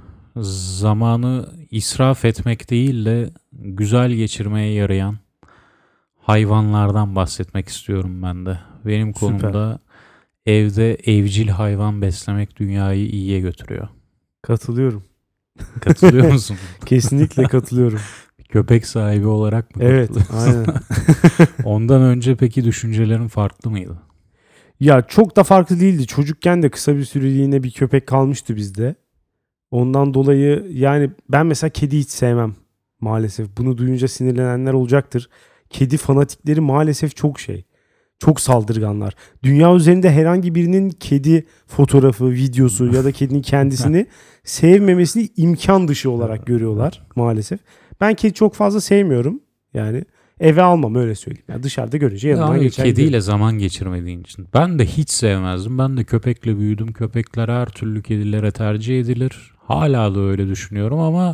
zamanı israf etmek değil de güzel geçirmeye yarayan hayvanlardan bahsetmek istiyorum ben de. Benim Süper. konumda evde evcil hayvan beslemek dünyayı iyiye götürüyor. Katılıyorum. Katılıyor musun? Kesinlikle katılıyorum. Köpek sahibi olarak mı Evet, katılıyorsun? aynen. Ondan önce peki düşüncelerin farklı mıydı? Ya çok da farklı değildi. Çocukken de kısa bir süreliğine bir köpek kalmıştı bizde. Ondan dolayı yani ben mesela kedi hiç sevmem maalesef. Bunu duyunca sinirlenenler olacaktır. Kedi fanatikleri maalesef çok şey. Çok saldırganlar. Dünya üzerinde herhangi birinin kedi fotoğrafı, videosu ya da kedinin kendisini sevmemesini imkan dışı olarak görüyorlar maalesef. Ben kedi çok fazla sevmiyorum. Yani eve almam, öyle söyleyeyim. Yani dışarıda görünce yanından Ya, geçer. kediyle giderim. zaman geçirmediğin için. Ben de hiç sevmezdim. Ben de köpekle büyüdüm. Köpekler her türlü kedilere tercih edilir. Hala da öyle düşünüyorum ama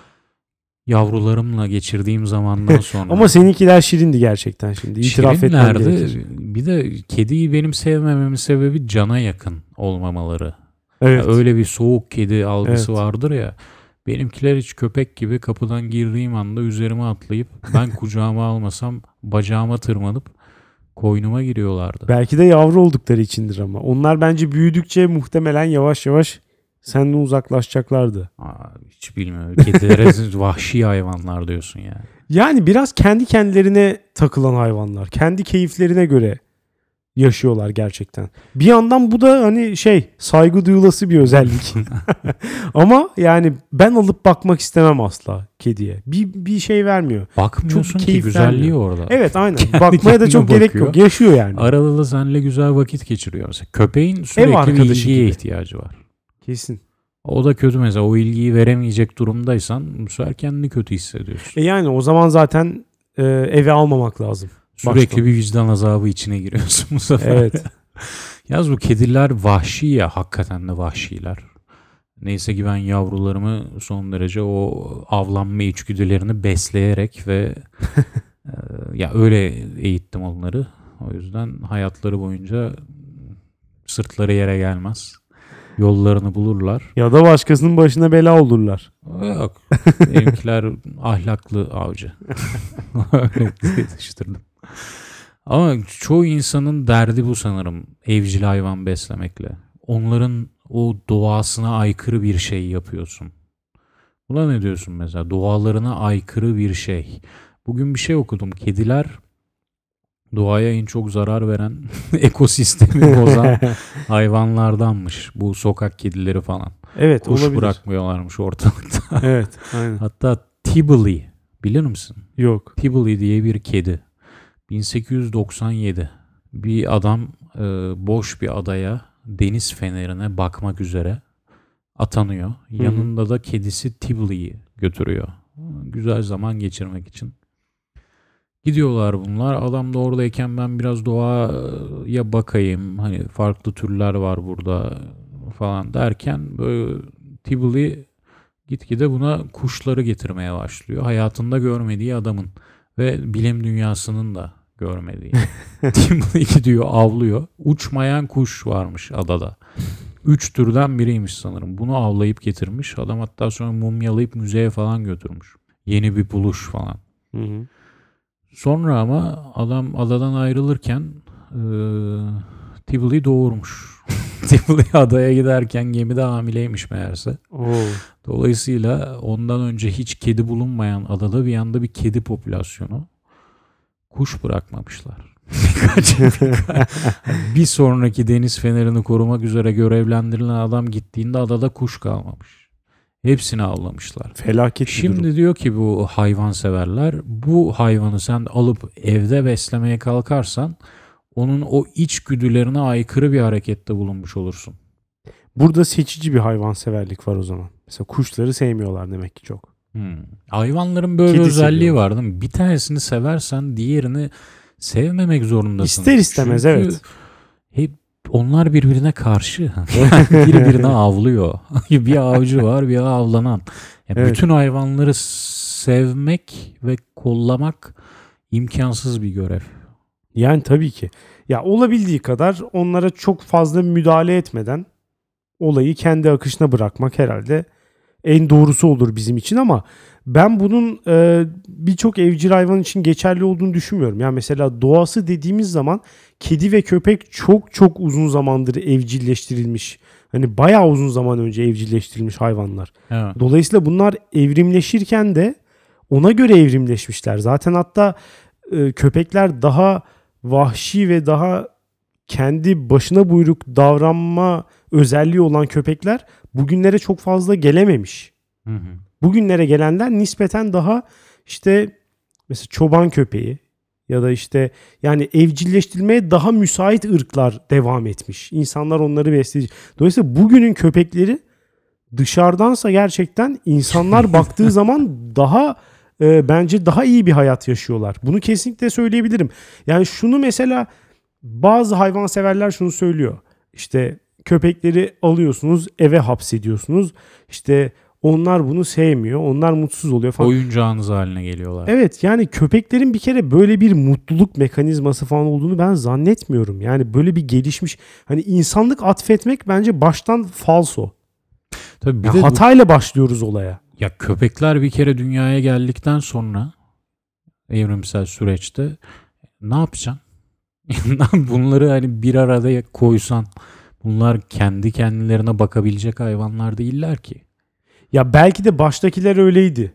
yavrularımla geçirdiğim zamandan sonra. Ama seninkiler şirindi gerçekten şimdi. İtiraf etmem Şirinlerdi. gerekir. Bir de kediyi benim sevmememin sebebi cana yakın olmamaları. Evet. Ya öyle bir soğuk kedi algısı Evet. vardır ya. Benimkiler hiç köpek gibi kapıdan girdiğim anda üzerime atlayıp ben kucağıma almasam bacağıma tırmanıp koynuma giriyorlardı. Belki de yavru oldukları içindir ama. Onlar bence büyüdükçe muhtemelen yavaş yavaş senden uzaklaşacaklardı. Aa, hiç bilmiyorum. Kedilere vahşi hayvanlar diyorsun ya. Yani biraz kendi kendilerine takılan hayvanlar. Kendi keyiflerine göre yaşıyorlar gerçekten. Bir yandan bu da hani şey, saygı duyulası bir özellik. Ama yani ben alıp bakmak istemem asla kediye. Bir bir şey vermiyor. Bakmıyorsun Çok ki keyif güzelliği vermiyor. orada. Evet, aynen. Kendi Bakmaya da kendine çok gerek bakıyor. yok. Yaşıyor yani. Arada da seninle güzel vakit geçiriyor. Mesela köpeğin sürekli bir arkadaşı ilgiye gibi. ihtiyacı var. Kesin. O da kötü mesela. O ilgiyi veremeyecek durumdaysan bu sefer kendini kötü hissediyorsun. E yani o zaman zaten e, eve almamak lazım. Sürekli baştan. bir vicdan azabı içine giriyorsun bu sefer. Evet. Yalnız bu kediler vahşi ya. Hakikaten de vahşiler. Neyse ki ben yavrularımı son derece o avlanma içgüdülerini besleyerek ve e, ya öyle eğittim onları. O yüzden hayatları boyunca sırtları yere gelmez. Yollarını bulurlar. Ya da başkasının başına bela olurlar. Yok. Benimkiler ahlaklı avcı. Öyle yetiştirdim. Ama çoğu insanın derdi bu sanırım. Evcil hayvan beslemekle. Onların o doğasına aykırı bir şey yapıyorsun. Buna ne diyorsun mesela? Doğalarına aykırı bir şey. Bugün bir şey okudum. Kediler doğaya en çok zarar veren, ekosistemi bozan hayvanlardanmış. Bu sokak kedileri falan. Evet, Kuş olabilir. bırakmıyorlarmış ortalıkta. Evet, aynen. Hatta Tibbley bilir misin? Yok. Tibbley diye bir kedi. bin sekiz yüz doksan yedi bir adam e, boş bir adaya deniz fenerine bakmak üzere atanıyor. hı. Yanında da kedisi Tibbley'i götürüyor. Güzel zaman geçirmek için. Gidiyorlar bunlar. Adam da oradayken ben biraz doğaya bakayım. Hani farklı türler var burada falan derken böyle Tibbley gitgide buna kuşları getirmeye başlıyor. Hayatında görmediği adamın ve bilim dünyasının da görmediği. Tibbley gidiyor, avlıyor. Uçmayan kuş varmış adada. Üç türden biriymiş sanırım. Bunu avlayıp getirmiş. Adam hatta sonra mumyalayıp müzeye falan götürmüş. Yeni bir buluş falan. Hı hı. Sonra ama adam adadan ayrılırken e, Tibbley doğurmuş. Tibbley adaya giderken gemide hamileymiş meğerse. Oo. Dolayısıyla ondan önce hiç kedi bulunmayan adada bir anda bir kedi popülasyonu, kuş bırakmamışlar. Birkaç, birkaç, bir sonraki deniz fenerini korumak üzere görevlendirilen adam gittiğinde adada kuş kalmamış. Hepsini avlamışlar. Felaket bir Şimdi durum. diyor ki bu hayvanseverler, bu hayvanı sen alıp evde beslemeye kalkarsan onun o içgüdülerine aykırı bir harekette bulunmuş olursun. Burada seçici bir hayvanseverlik var o zaman. Mesela kuşları sevmiyorlar demek ki çok. Hmm. Hayvanların böyle Kedi özelliği seviyor. var değil mi? Bir tanesini seversen diğerini sevmemek zorundasın. İster istemez, Çünkü evet. hep onlar birbirine karşı. Birbirine avlıyor. Bir avcı var, bir avlanan. Yani Evet. bütün hayvanları sevmek ve kollamak imkansız bir görev. Yani tabii ki. Ya olabildiği kadar onlara çok fazla müdahale etmeden olayı kendi akışına bırakmak herhalde en doğrusu olur bizim için, ama ben bunun e, birçok evcil hayvan için geçerli olduğunu düşünmüyorum. Yani mesela doğası dediğimiz zaman kedi ve köpek çok çok uzun zamandır evcilleştirilmiş. Hani bayağı uzun zaman önce evcilleştirilmiş hayvanlar. Evet. Dolayısıyla bunlar evrimleşirken de ona göre evrimleşmişler. Zaten hatta e, köpekler daha vahşi ve daha kendi başına buyruk davranma özelliği olan köpekler bugünlere çok fazla gelememiş. Hı hı. Bugünlere gelenler nispeten daha işte mesela çoban köpeği ya da işte yani evcilleştirilmeye daha müsait ırklar devam etmiş. İnsanlar onları besleyecek. Dolayısıyla bugünün köpekleri dışarıdansa gerçekten insanlar baktığı zaman daha e, bence daha iyi bir hayat yaşıyorlar. Bunu kesinlikle söyleyebilirim. Yani şunu mesela bazı hayvanseverler şunu söylüyor. İşte köpekleri alıyorsunuz, eve hapsediyorsunuz. İşte onlar bunu sevmiyor. Onlar mutsuz oluyor falan. Oyuncağınız haline geliyorlar. Evet, yani köpeklerin bir kere böyle bir mutluluk mekanizması falan olduğunu ben zannetmiyorum. Yani böyle bir gelişmiş, hani insanlık atfetmek bence baştan falso. Tabii bir Ya de bu- hatayla başlıyoruz olaya. ya köpekler bir kere dünyaya geldikten sonra evrimsel süreçte ne yapacaksın? Bunları hani bir arada koysan, bunlar kendi kendilerine bakabilecek hayvanlar değiller ki. Ya belki de baştakiler öyleydi.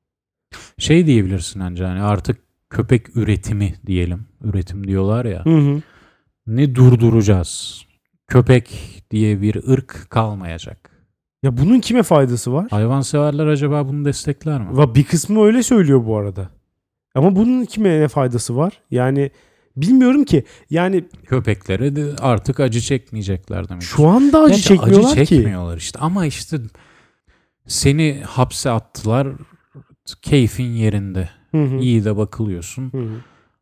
Şey diyebilirsin bence, hani artık köpek üretimi diyelim. Üretim diyorlar ya. Hı hı. Ne durduracağız? Köpek diye bir ırk kalmayacak. Ya bunun kime faydası var? Hayvanseverler acaba bunu destekler mi? Va bir kısmı öyle söylüyor bu arada. Ama bunun kime ne faydası var? Yani bilmiyorum ki. Yani Köpeklere de artık acı çekmeyecekler demek. şu anda acı Gerçi çekmiyorlar acı ki. çekmiyorlar işte. Ama işte seni hapse attılar. Keyfin yerinde. Hı hı. İyi de bakılıyorsun. Hı hı.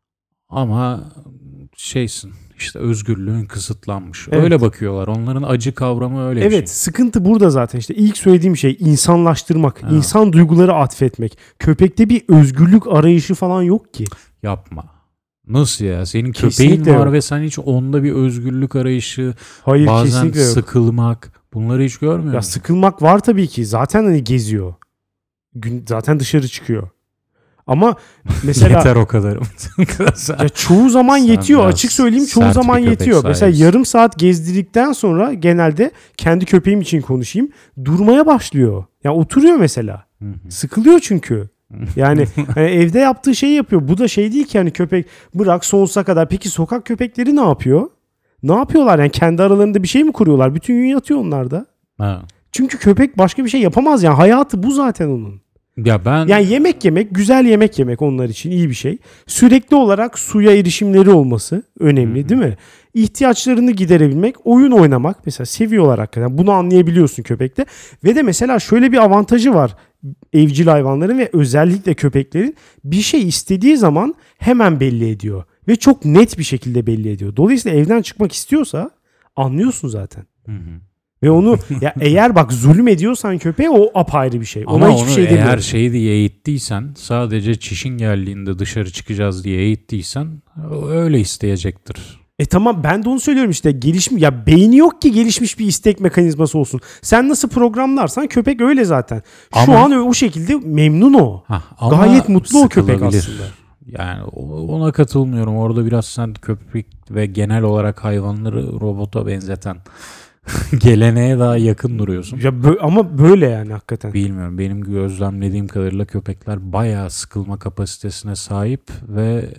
Ama şeysin, işte özgürlüğün kısıtlanmış. Evet. Öyle bakıyorlar. Onların acı kavramı öyle bir Evet, şey. sıkıntı burada zaten. İşte ilk söylediğim şey insanlaştırmak, Ha. insan duyguları atfetmek. Köpekte bir özgürlük arayışı falan yok ki. Yapma. Nasıl ya? Senin köpeğin Kesinlikle var yok. ve sen hiç onda bir özgürlük arayışı, Hayır, bazen kesinlikle yok. sıkılmak, bunları hiç görmüyor Ya musun? sıkılmak var tabii ki. Zaten hani geziyor. Gün, zaten dışarı çıkıyor. Ama mesela Yeter o kadarım. Sen- ya çoğu zaman Sen yetiyor. biraz Açık söyleyeyim, çoğu sert bir zaman köpek yetiyor. Mesela sahibisin. yarım saat gezdirdikten sonra genelde kendi köpeğim için konuşayım. Durmaya başlıyor. Ya oturuyor mesela. Hı hı. Sıkılıyor çünkü. Yani hani evde yaptığı şeyi yapıyor. Bu da şey değil ki hani köpek bırak sonsuza kadar. Peki sokak köpekleri ne yapıyor? Ne yapıyorlar? Yani kendi aralarında bir şey mi kuruyorlar? Bütün gün yatıyor onlar da. Ha. Çünkü köpek başka bir şey yapamaz yani. Hayatı bu zaten onun. Ya ben Yani yemek yemek, güzel yemek yemek onlar için iyi bir şey. Sürekli olarak suya erişimleri olması önemli, Hı hı. değil mi? İhtiyaçlarını giderebilmek, oyun oynamak mesela seviyorlar hakikaten. Bunu anlayabiliyorsun köpekte. Ve de mesela şöyle bir avantajı var evcil hayvanların ve özellikle köpeklerin. Bir şey istediği zaman hemen belli ediyor ve çok net bir şekilde belli ediyor. Dolayısıyla evden çıkmak istiyorsa anlıyorsun zaten. Hı hı. Ve onu ya eğer bak zulüm ediyorsan köpeğe o apayrı bir şey. Ona Ama hiçbir onu şey eğer demiyorum. şey diye eğittiysen, sadece çişin geldiğinde dışarı çıkacağız diye eğittiysen öyle isteyecektir. E tamam, ben de onu söylüyorum işte, gelişmiş ya, beyni yok ki gelişmiş bir istek mekanizması olsun. Sen nasıl programlarsan köpek öyle zaten. Şu Ama- an o şekilde memnun o. Hah, ama Gayet mutlu o köpek sıkılabilir. aslında. Yani o- ona katılmıyorum. Orada biraz sen köpek ve genel olarak hayvanları robota benzeten geleneğe daha yakın duruyorsun. Ya bö- ama böyle yani hakikaten. Bilmiyorum. Benim gözlemlediğim kadarıyla köpekler bayağı sıkılma kapasitesine sahip ve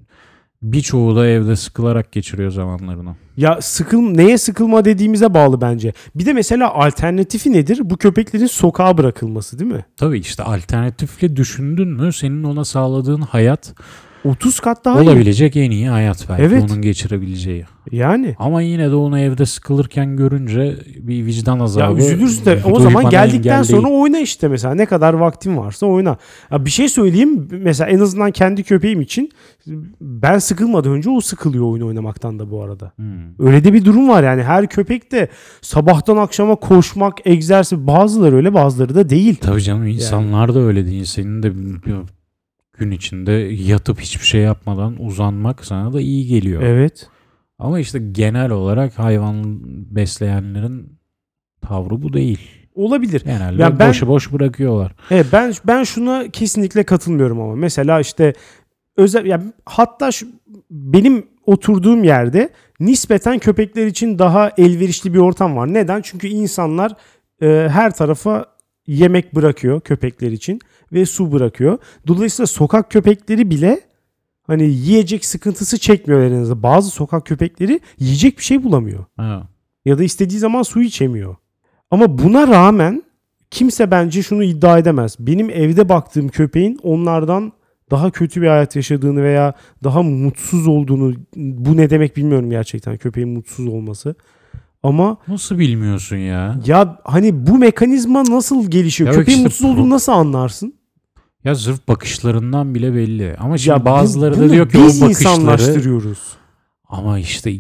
birçoğu da evde sıkılarak geçiriyor zamanlarını. Ya sıkıl neye sıkılma dediğimize bağlı bence. Bir de mesela alternatifi nedir? Bu köpeklerin sokağa bırakılması, değil mi? Tabii işte alternatifle düşündün mü senin ona sağladığın hayat otuz kat daha iyi. olabilecek en iyi hayat belki Evet. onun geçirebileceği. Yani. Ama yine de onu evde sıkılırken görünce bir vicdan Ya azabı. üzülürsün de o duymana zaman geldikten engel sonra değil. oyna işte mesela. Ne kadar vaktin varsa oyna. Ya bir şey söyleyeyim. Mesela en azından kendi köpeğim için ben sıkılmadan önce o sıkılıyor oyun oynamaktan da bu arada. Hmm. Öyle de bir durum var yani. Her köpek de sabahtan akşama koşmak, egzersiz, bazıları öyle bazıları da değil. Tabii canım, insanlar da öyle değil. Senin de bir gün içinde yatıp hiçbir şey yapmadan uzanmak sana da iyi geliyor. Evet. Ama işte genel olarak hayvan besleyenlerin tavrı bu değil. Olabilir. Genelde Ya ben- boşu boş bırakıyorlar. Evet, ben ben şuna kesinlikle katılmıyorum ama. Mesela işte özel ya, hatta şu, benim oturduğum yerde nispeten köpekler için daha elverişli bir ortam var. Neden? Çünkü insanlar e, her tarafa yemek bırakıyor köpekler için ve su bırakıyor. Dolayısıyla sokak köpekleri bile hani yiyecek sıkıntısı çekmiyor en azından. Bazı sokak köpekleri yiyecek bir şey bulamıyor. Ha. Ya da istediği zaman su içemiyor. Ama buna rağmen kimse bence şunu iddia edemez. Benim evde baktığım köpeğin onlardan daha kötü bir hayat yaşadığını veya daha mutsuz olduğunu, bu ne demek bilmiyorum gerçekten köpeğin mutsuz olması. Ama Nasıl bilmiyorsun ya? ya hani bu mekanizma nasıl gelişiyor? Ya bak Köpeğin işte mutsuz pro- olduğunu nasıl anlarsın? Ya sırf bakışlarından bile belli. Ama şimdi Ya bu- bazıları da bunu diyor ki o biz bakışları insanlaştırıyoruz. ama işte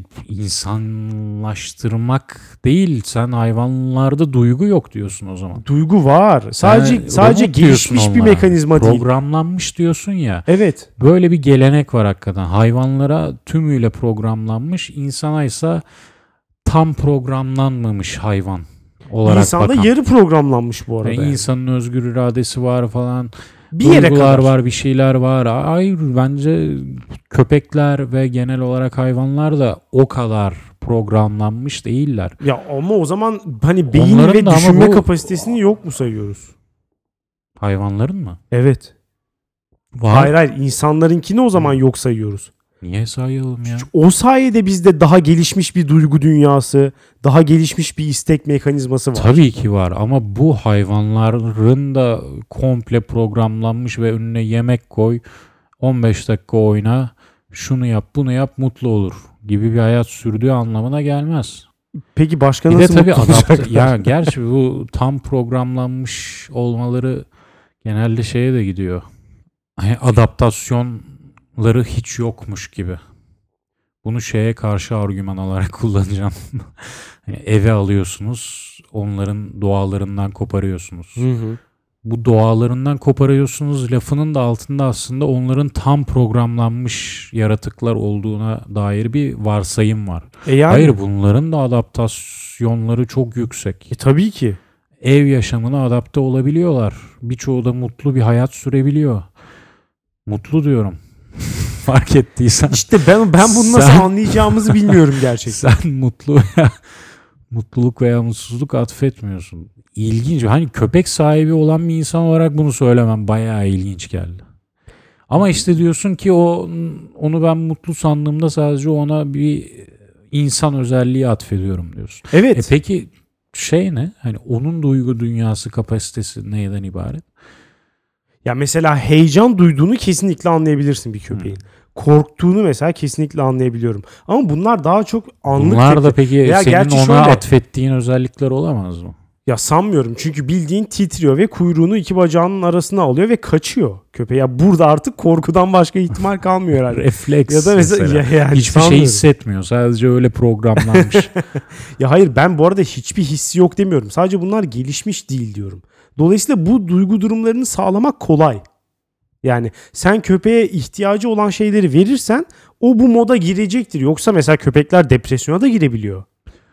insanlaştırmak değil. Sen hayvanlarda duygu yok diyorsun o zaman. Duygu var. Sadece Sen sadece robot diyorsun gelişmiş bir onlara. mekanizma değil. Programlanmış diyorsun ya. Evet. Böyle bir gelenek var hakikaten. Hayvanlara tümüyle programlanmış, insana ise tam programlanmamış hayvan olarak İnsanda bakan. yarı programlanmış bu arada. Yani yani. insanın özgür iradesi var falan. Bir yere Duygular kadar. var, bir şeyler var. Hayır, bence köpekler ve genel olarak hayvanlar da o kadar programlanmış değiller. Ya ama o zaman hani beyin Onların ve da ama düşünme bu- kapasitesini yok mu sayıyoruz? Hayvanların mı? Evet. Var. Hayır hayır insanlarınkini o zaman yok sayıyoruz. Niye sayalım ya? O sayede bizde daha gelişmiş bir duygu dünyası, daha gelişmiş bir istek mekanizması var. Tabii ki var ama bu hayvanların da komple programlanmış ve önüne yemek koy, on beş dakika oyna, şunu yap, bunu yap, mutlu olur gibi bir hayat sürdüğü anlamına gelmez. Peki başka Bir de nasıl tabii mutlu adapte, olacaklar? ya gerçi bu tam programlanmış olmaları genelde şeye de gidiyor. Hani adaptasyonları hiç yokmuş gibi. Bunu şeye karşı argüman olarak kullanacağım. Hani eve alıyorsunuz, onların doğalarından koparıyorsunuz. Hı hı. Bu doğalarından koparıyorsunuz lafının da altında aslında onların tam programlanmış yaratıklar olduğuna dair bir varsayım var. E yani, Hayır, bunların da adaptasyonları çok yüksek. e tabii ki. Ev yaşamına adapte olabiliyorlar. Birçoğu da mutlu bir hayat sürebiliyor. Mutlu diyorum. Fark ettiysen. İşte ben ben bunu nasıl Sen- anlayacağımızı bilmiyorum gerçekten. Sen mutlu veya mutluluk veya mutsuzluk atfetmiyorsun. İlginç. Hani köpek sahibi olan bir insan olarak bunu söylemem bayağı ilginç geldi. Ama işte diyorsun ki o onu ben mutlu sandığımda sadece ona bir insan özelliği atfediyorum diyorsun. Evet. E peki şey ne? Hani onun duygu dünyası kapasitesi neyden ibaret? Ya mesela heyecan duyduğunu kesinlikle anlayabilirsin bir köpeğin. Korktuğunu mesela kesinlikle anlayabiliyorum. Ama bunlar daha çok anlık Bunlar da tepki- peki Ya senin gerçi ona şöyle- atfettiğin özellikler olamaz mı? Ya sanmıyorum çünkü bildiğin titriyor ve kuyruğunu iki bacağının arasına alıyor ve kaçıyor köpeği. Ya burada artık korkudan başka ihtimal kalmıyor herhalde. Refleks Ya da mesela, ya yani hiçbir şey sanmıyorum. hissetmiyor. Sadece öyle programlanmış. Ya hayır ben bu arada hiçbir hissi yok demiyorum. Sadece bunlar gelişmiş değil diyorum. Dolayısıyla bu duygu durumlarını sağlamak kolay. Yani sen köpeğe ihtiyacı olan şeyleri verirsen o bu moda girecektir. Yoksa mesela köpekler depresyona da girebiliyor.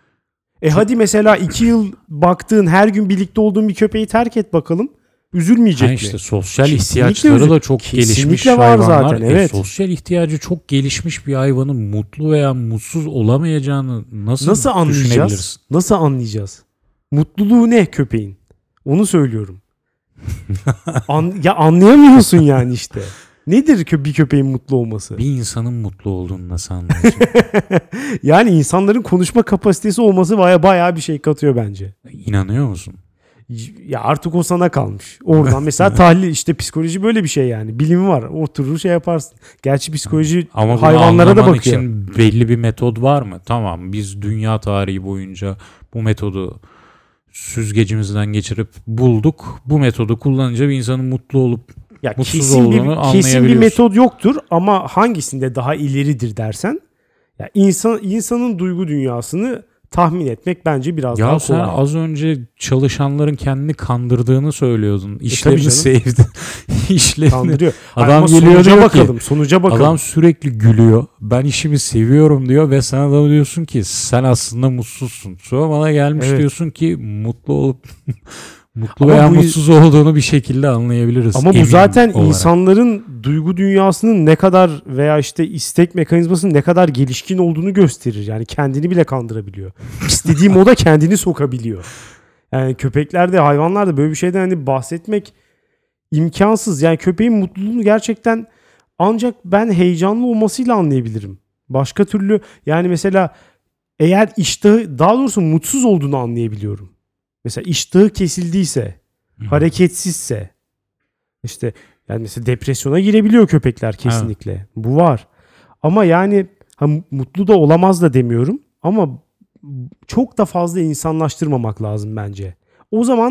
E hadi mesela iki yıl baktığın, her gün birlikte olduğun bir köpeği terk et bakalım. Üzülmeyecek Ha mi? işte sosyal Kesinlikle ihtiyaçları üzü- da çok kesinlikle gelişmiş var hayvanlar. zaten, E, evet. sosyal ihtiyacı çok gelişmiş bir hayvanın mutlu veya mutsuz olamayacağını nasıl, Nasıl anlayacağız? düşünebilirsin? Nasıl anlayacağız? Mutluluğu ne köpeğin? Onu söylüyorum. An- ya anlayamıyorsun yani işte. Nedir kö- bir köpeğin mutlu olması? Bir insanın mutlu olduğunu nasıl anlayacaksın? Yani insanların konuşma kapasitesi olması baya bayağı bir şey katıyor bence. İnanıyor musun? Ya artık o sana kalmış. Oradan mesela tahlil, işte psikoloji böyle bir şey yani. Bilimi var. Oturur şey yaparsın. Gerçi psikoloji Ama bunu hayvanlara da anlaman bakıyor. için belli bir metod var mı? Tamam, biz dünya tarihi boyunca bu metodu süzgecimizden geçirip bulduk. Bu metodu kullanınca bir insanın mutlu olup Ya mutsuz kesin bir, olduğunu kesin bir anlayabiliyorsun. metod yoktur ama hangisinde daha ileridir dersen, ya insan insanın duygu dünyasını tahmin etmek bence biraz daha Ya sen kolay. az önce çalışanların kendini kandırdığını söylüyordun. İşlerini canım. sevdi. İşlerini. Kandırıyor. Adam Ama geliyor sonuca diyor bakalım. ki Sonuca bakalım. adam sürekli gülüyor. Ben işimi seviyorum diyor ve sen adama diyorsun ki sen aslında mutsuzsun. Sonra bana gelmiş Evet. diyorsun ki mutlu olup mutlu Ama veya bu- mutsuz olduğunu bir şekilde anlayabiliriz. Ama bu emin zaten olarak. insanların duygu dünyasının ne kadar veya işte istek mekanizmasının ne kadar gelişkin olduğunu gösterir. Yani kendini bile kandırabiliyor. İstediği moda kendini sokabiliyor. Yani köpeklerde, hayvanlarda böyle bir şeyden hani bahsetmek imkansız. Yani köpeğin mutluluğunu gerçekten ancak ben heyecanlı olmasıyla anlayabilirim. Başka türlü yani mesela eğer iştahı, daha doğrusu mutsuz olduğunu anlayabiliyorum. Mesela iştahı kesildiyse, Hı. hareketsizse, işte yani mesela depresyona girebiliyor köpekler kesinlikle. Bu var. Ama yani ha, mutlu da olamaz da demiyorum. Ama çok da fazla insanlaştırmamak lazım bence. O zaman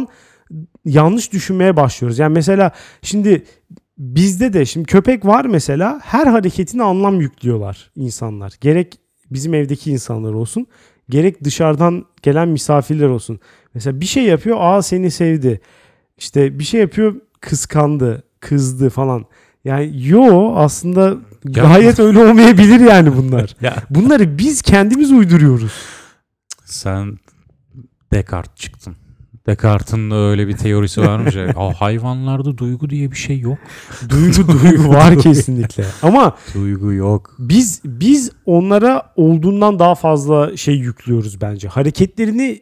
yanlış düşünmeye başlıyoruz. Yani mesela şimdi bizde de şimdi köpek var mesela, her hareketine anlam yüklüyorlar insanlar. Gerek bizim evdeki insanlar olsun, gerek dışarıdan gelen misafirler olsun. Mesela bir şey yapıyor, aa seni sevdi. İşte bir şey yapıyor, kıskandı, kızdı falan. Yani yo, aslında gayet öyle olmayabilir yani bunlar. Bunları biz kendimiz uyduruyoruz. Sen Descartes çıktın. Descartes'in de öyle bir teorisi varmış ya. Aa, hayvanlarda duygu diye bir şey yok. Duygu duygu var kesinlikle. Ama duygu yok. Biz biz onlara olduğundan daha fazla şey yüklüyoruz bence. Hareketlerini,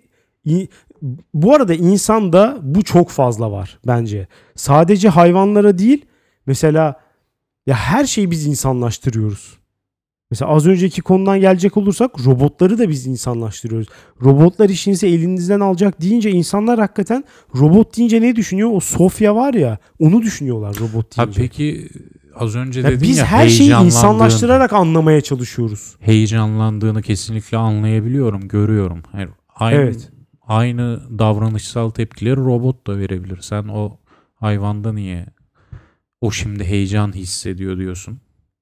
bu arada insanda bu çok fazla var bence. Sadece hayvanlara değil, mesela ya her şeyi biz insanlaştırıyoruz. Mesela az önceki konudan gelecek olursak robotları da biz insanlaştırıyoruz. Robotlar işinizi elinizden alacak deyince insanlar hakikaten robot deyince ne düşünüyor? O Sofya var ya, onu düşünüyorlar robot deyince. Ha peki az önce ya dedin biz ya, her şeyi insanlaştırarak anlamaya çalışıyoruz. Heyecanlandığını kesinlikle anlayabiliyorum, görüyorum. Hayır, aynı, evet. aynı davranışsal tepkileri robot da verebilir. Sen o hayvanda niye o şimdi heyecan hissediyor diyorsun?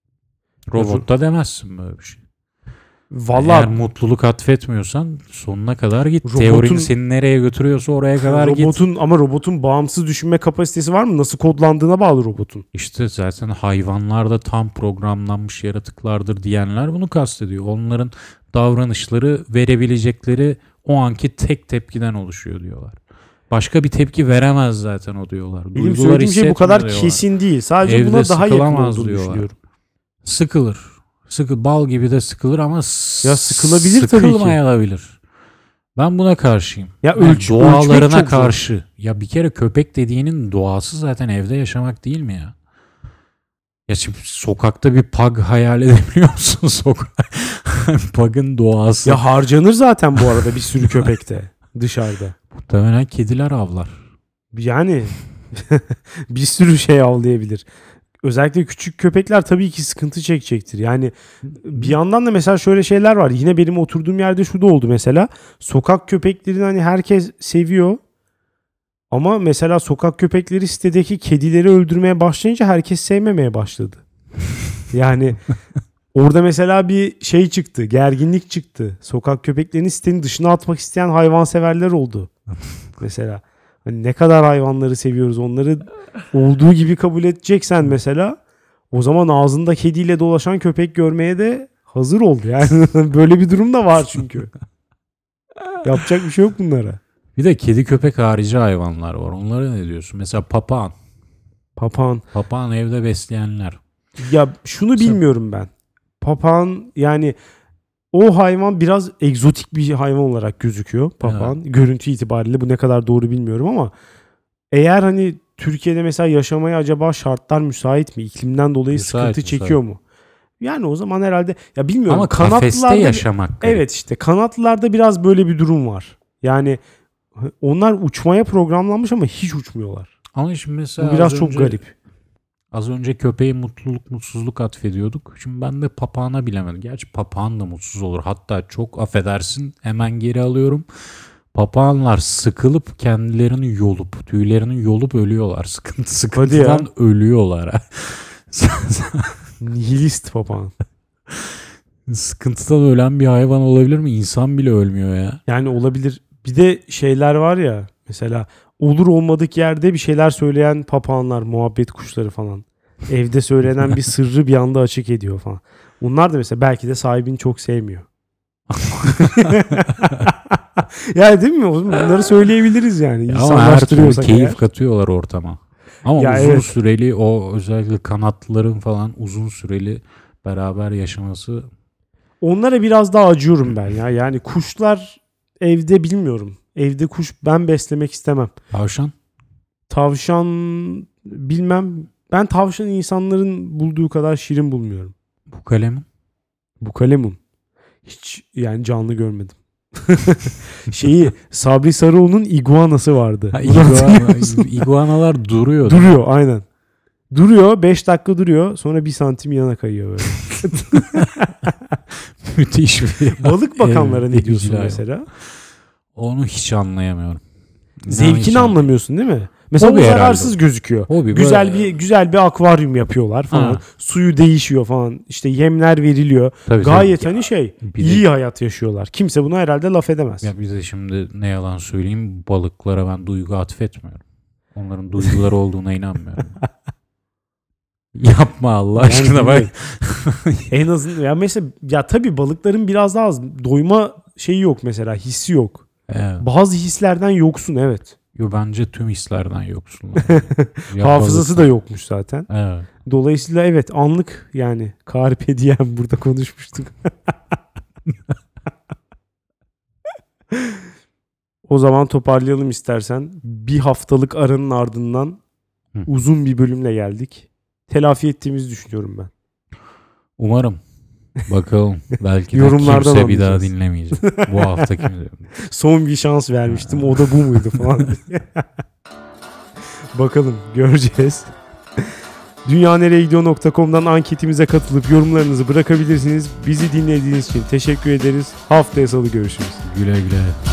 Robotta demezsin böyle bir şey. Vallahi eğer mutluluk atfetmiyorsan sonuna kadar git. Robotun, Teorin seni nereye götürüyorsa oraya kadar robotun, git. Ama robotun bağımsız düşünme kapasitesi var mı? Nasıl kodlandığına bağlı robotun. İşte zaten hayvanlarda tam programlanmış yaratıklardır diyenler bunu kastediyor. Onların davranışları verebilecekleri o anki tek tepkiden oluşuyor diyorlar. Başka bir tepki veremez zaten o diyorlar. Benim söylediğim şey bu kadar diyorlar. Kesin değil. Sadece Evde buna daha yakın olduğunu diyorlar. düşünüyorum. Sıkılır. Sıkı bal gibi de sıkılır ama ya sıkılabilir tabii ki. Sıkılmayabilir. Ben buna karşıyım. Ya yani ölç, doğalarına karşı. Zor. Ya bir kere köpek dediğinin doğası zaten evde yaşamak değil mi ya? Ya şimdi sokakta bir pug hayal edebiliyor musun? Sokak. Pug'ın doğası. Ya harcanır zaten bu arada bir sürü köpekte dışarıda. Muhtemelen kediler avlar. Yani bir sürü şey avlayabilir. Özellikle küçük köpekler tabii ki sıkıntı çekecektir. Yani bir yandan da mesela şöyle şeyler var. Yine benim oturduğum yerde şu da oldu mesela. Sokak köpeklerini hani herkes seviyor. Ama mesela sokak köpekleri sitedeki kedileri öldürmeye başlayınca herkes sevmemeye başladı. Yani orada mesela bir şey çıktı. Gerginlik çıktı. Sokak köpeklerini sitenin dışına atmak isteyen hayvanseverler oldu. Mesela. Hani ne kadar hayvanları seviyoruz, onları olduğu gibi kabul edeceksen mesela, o zaman ağzında kediyle dolaşan köpek görmeye de hazır ol yani. Böyle bir durum da var çünkü. Yapacak bir şey yok bunlara. Bir de kedi köpek harici hayvanlar var. Onlara ne diyorsun? Mesela papağan. Papağan. Papağan evde besleyenler. Ya şunu mesela bilmiyorum ben. Papağan yani o hayvan biraz egzotik bir hayvan olarak gözüküyor papağan. Evet. Görüntü itibariyle bu ne kadar doğru bilmiyorum ama eğer hani Türkiye'de mesela yaşamaya acaba şartlar müsait mi? İklimden dolayı müsait, sıkıntı müsait. çekiyor mu? Yani o zaman herhalde ya bilmiyorum. Ama kafeste yaşamak. Evet garip. işte kanatlılarda biraz böyle bir durum var. Yani onlar uçmaya programlanmış ama hiç uçmuyorlar. Ama şimdi mesela bu biraz çok önce, garip. Az önce köpeğe mutluluk mutsuzluk atfediyorduk. Şimdi ben de papağana bilemedim. Gerçi papağan da mutsuz olur. Hatta çok affedersin hemen geri alıyorum. Papağanlar sıkılıp kendilerini yolup, tüylerini yolup ölüyorlar. Sıkıntı sıkıntıdan ölüyorlar. Nihilist papağan. Sıkıntıdan ölen bir hayvan olabilir mi? İnsan bile ölmüyor ya. Yani olabilir. Bir de şeyler var ya mesela olur olmadık yerde bir şeyler söyleyen papağanlar, muhabbet kuşları falan. Evde söylenen bir sırrı bir anda açık ediyor falan. Bunlar da mesela belki de sahibini çok sevmiyor. Yani değil mi? Bunları söyleyebiliriz yani. Ya ama her türlü keyif eğer. katıyorlar ortama. Ama ya uzun evet. süreli o özellikle kanatlıların falan uzun süreli beraber yaşaması. Onlara biraz daha acıyorum ben ya. Yani kuşlar evde bilmiyorum. Evde kuş ben beslemek istemem. Tavşan? Tavşan bilmem. Ben tavşan insanların bulduğu kadar şirin bulmuyorum. Bukalemun? Bukalemun. Hiç yani canlı görmedim. Şeyi Sabri Sarıoğlu'nun iguanası vardı. Ha, iguana, iguanalar duruyor. Duruyor aynen. Duruyor beş dakika duruyor sonra bir santim yana kayıyor böyle. Müthiş bir. Balık bakanlara evet, ne diyorsun mesela? Onu hiç anlayamıyorum. Zevkini inşallah. anlamıyorsun değil mi? Mesela Hobi o herhalde. zararsız gözüküyor. Hobi, güzel böyle- bir güzel bir akvaryum yapıyorlar falan. Ha. Suyu değişiyor falan. İşte yemler veriliyor. Tabii Gayet canım. hani şey Bir de- iyi hayat yaşıyorlar. Kimse buna herhalde laf edemez. Ya bize şimdi ne yalan söyleyeyim, balıklara ben duygu atfetmiyorum. Onların duyguları olduğuna inanmıyorum. Yapma Allah Yani aşkına bak. En azından ya mesela ya tabii balıkların biraz daha az doyma şeyi yok mesela, hissi yok. Evet. Bazı hislerden yoksun evet. Yo, bence tüm hislerden yoksunlar. Ya Hafızası balık- da yokmuş zaten. Evet. Dolayısıyla evet anlık yani carpe diem burada konuşmuştuk. O zaman toparlayalım istersen. Bir haftalık aranın ardından Hı. uzun bir bölümle geldik. Telafi ettiğimizi düşünüyorum ben. Umarım. Bakalım. Belki de Yorumlardan kimse bir daha anlayacağız. dinlemeyecek. Bu hafta kimse. Son bir şans vermiştim. O da bu muydu falan diye. Bakalım göreceğiz. dünyanereyegidiyor nokta com'dan anketimize katılıp yorumlarınızı bırakabilirsiniz. Bizi dinlediğiniz için teşekkür ederiz. Haftaya salı görüşürüz. Güle güle.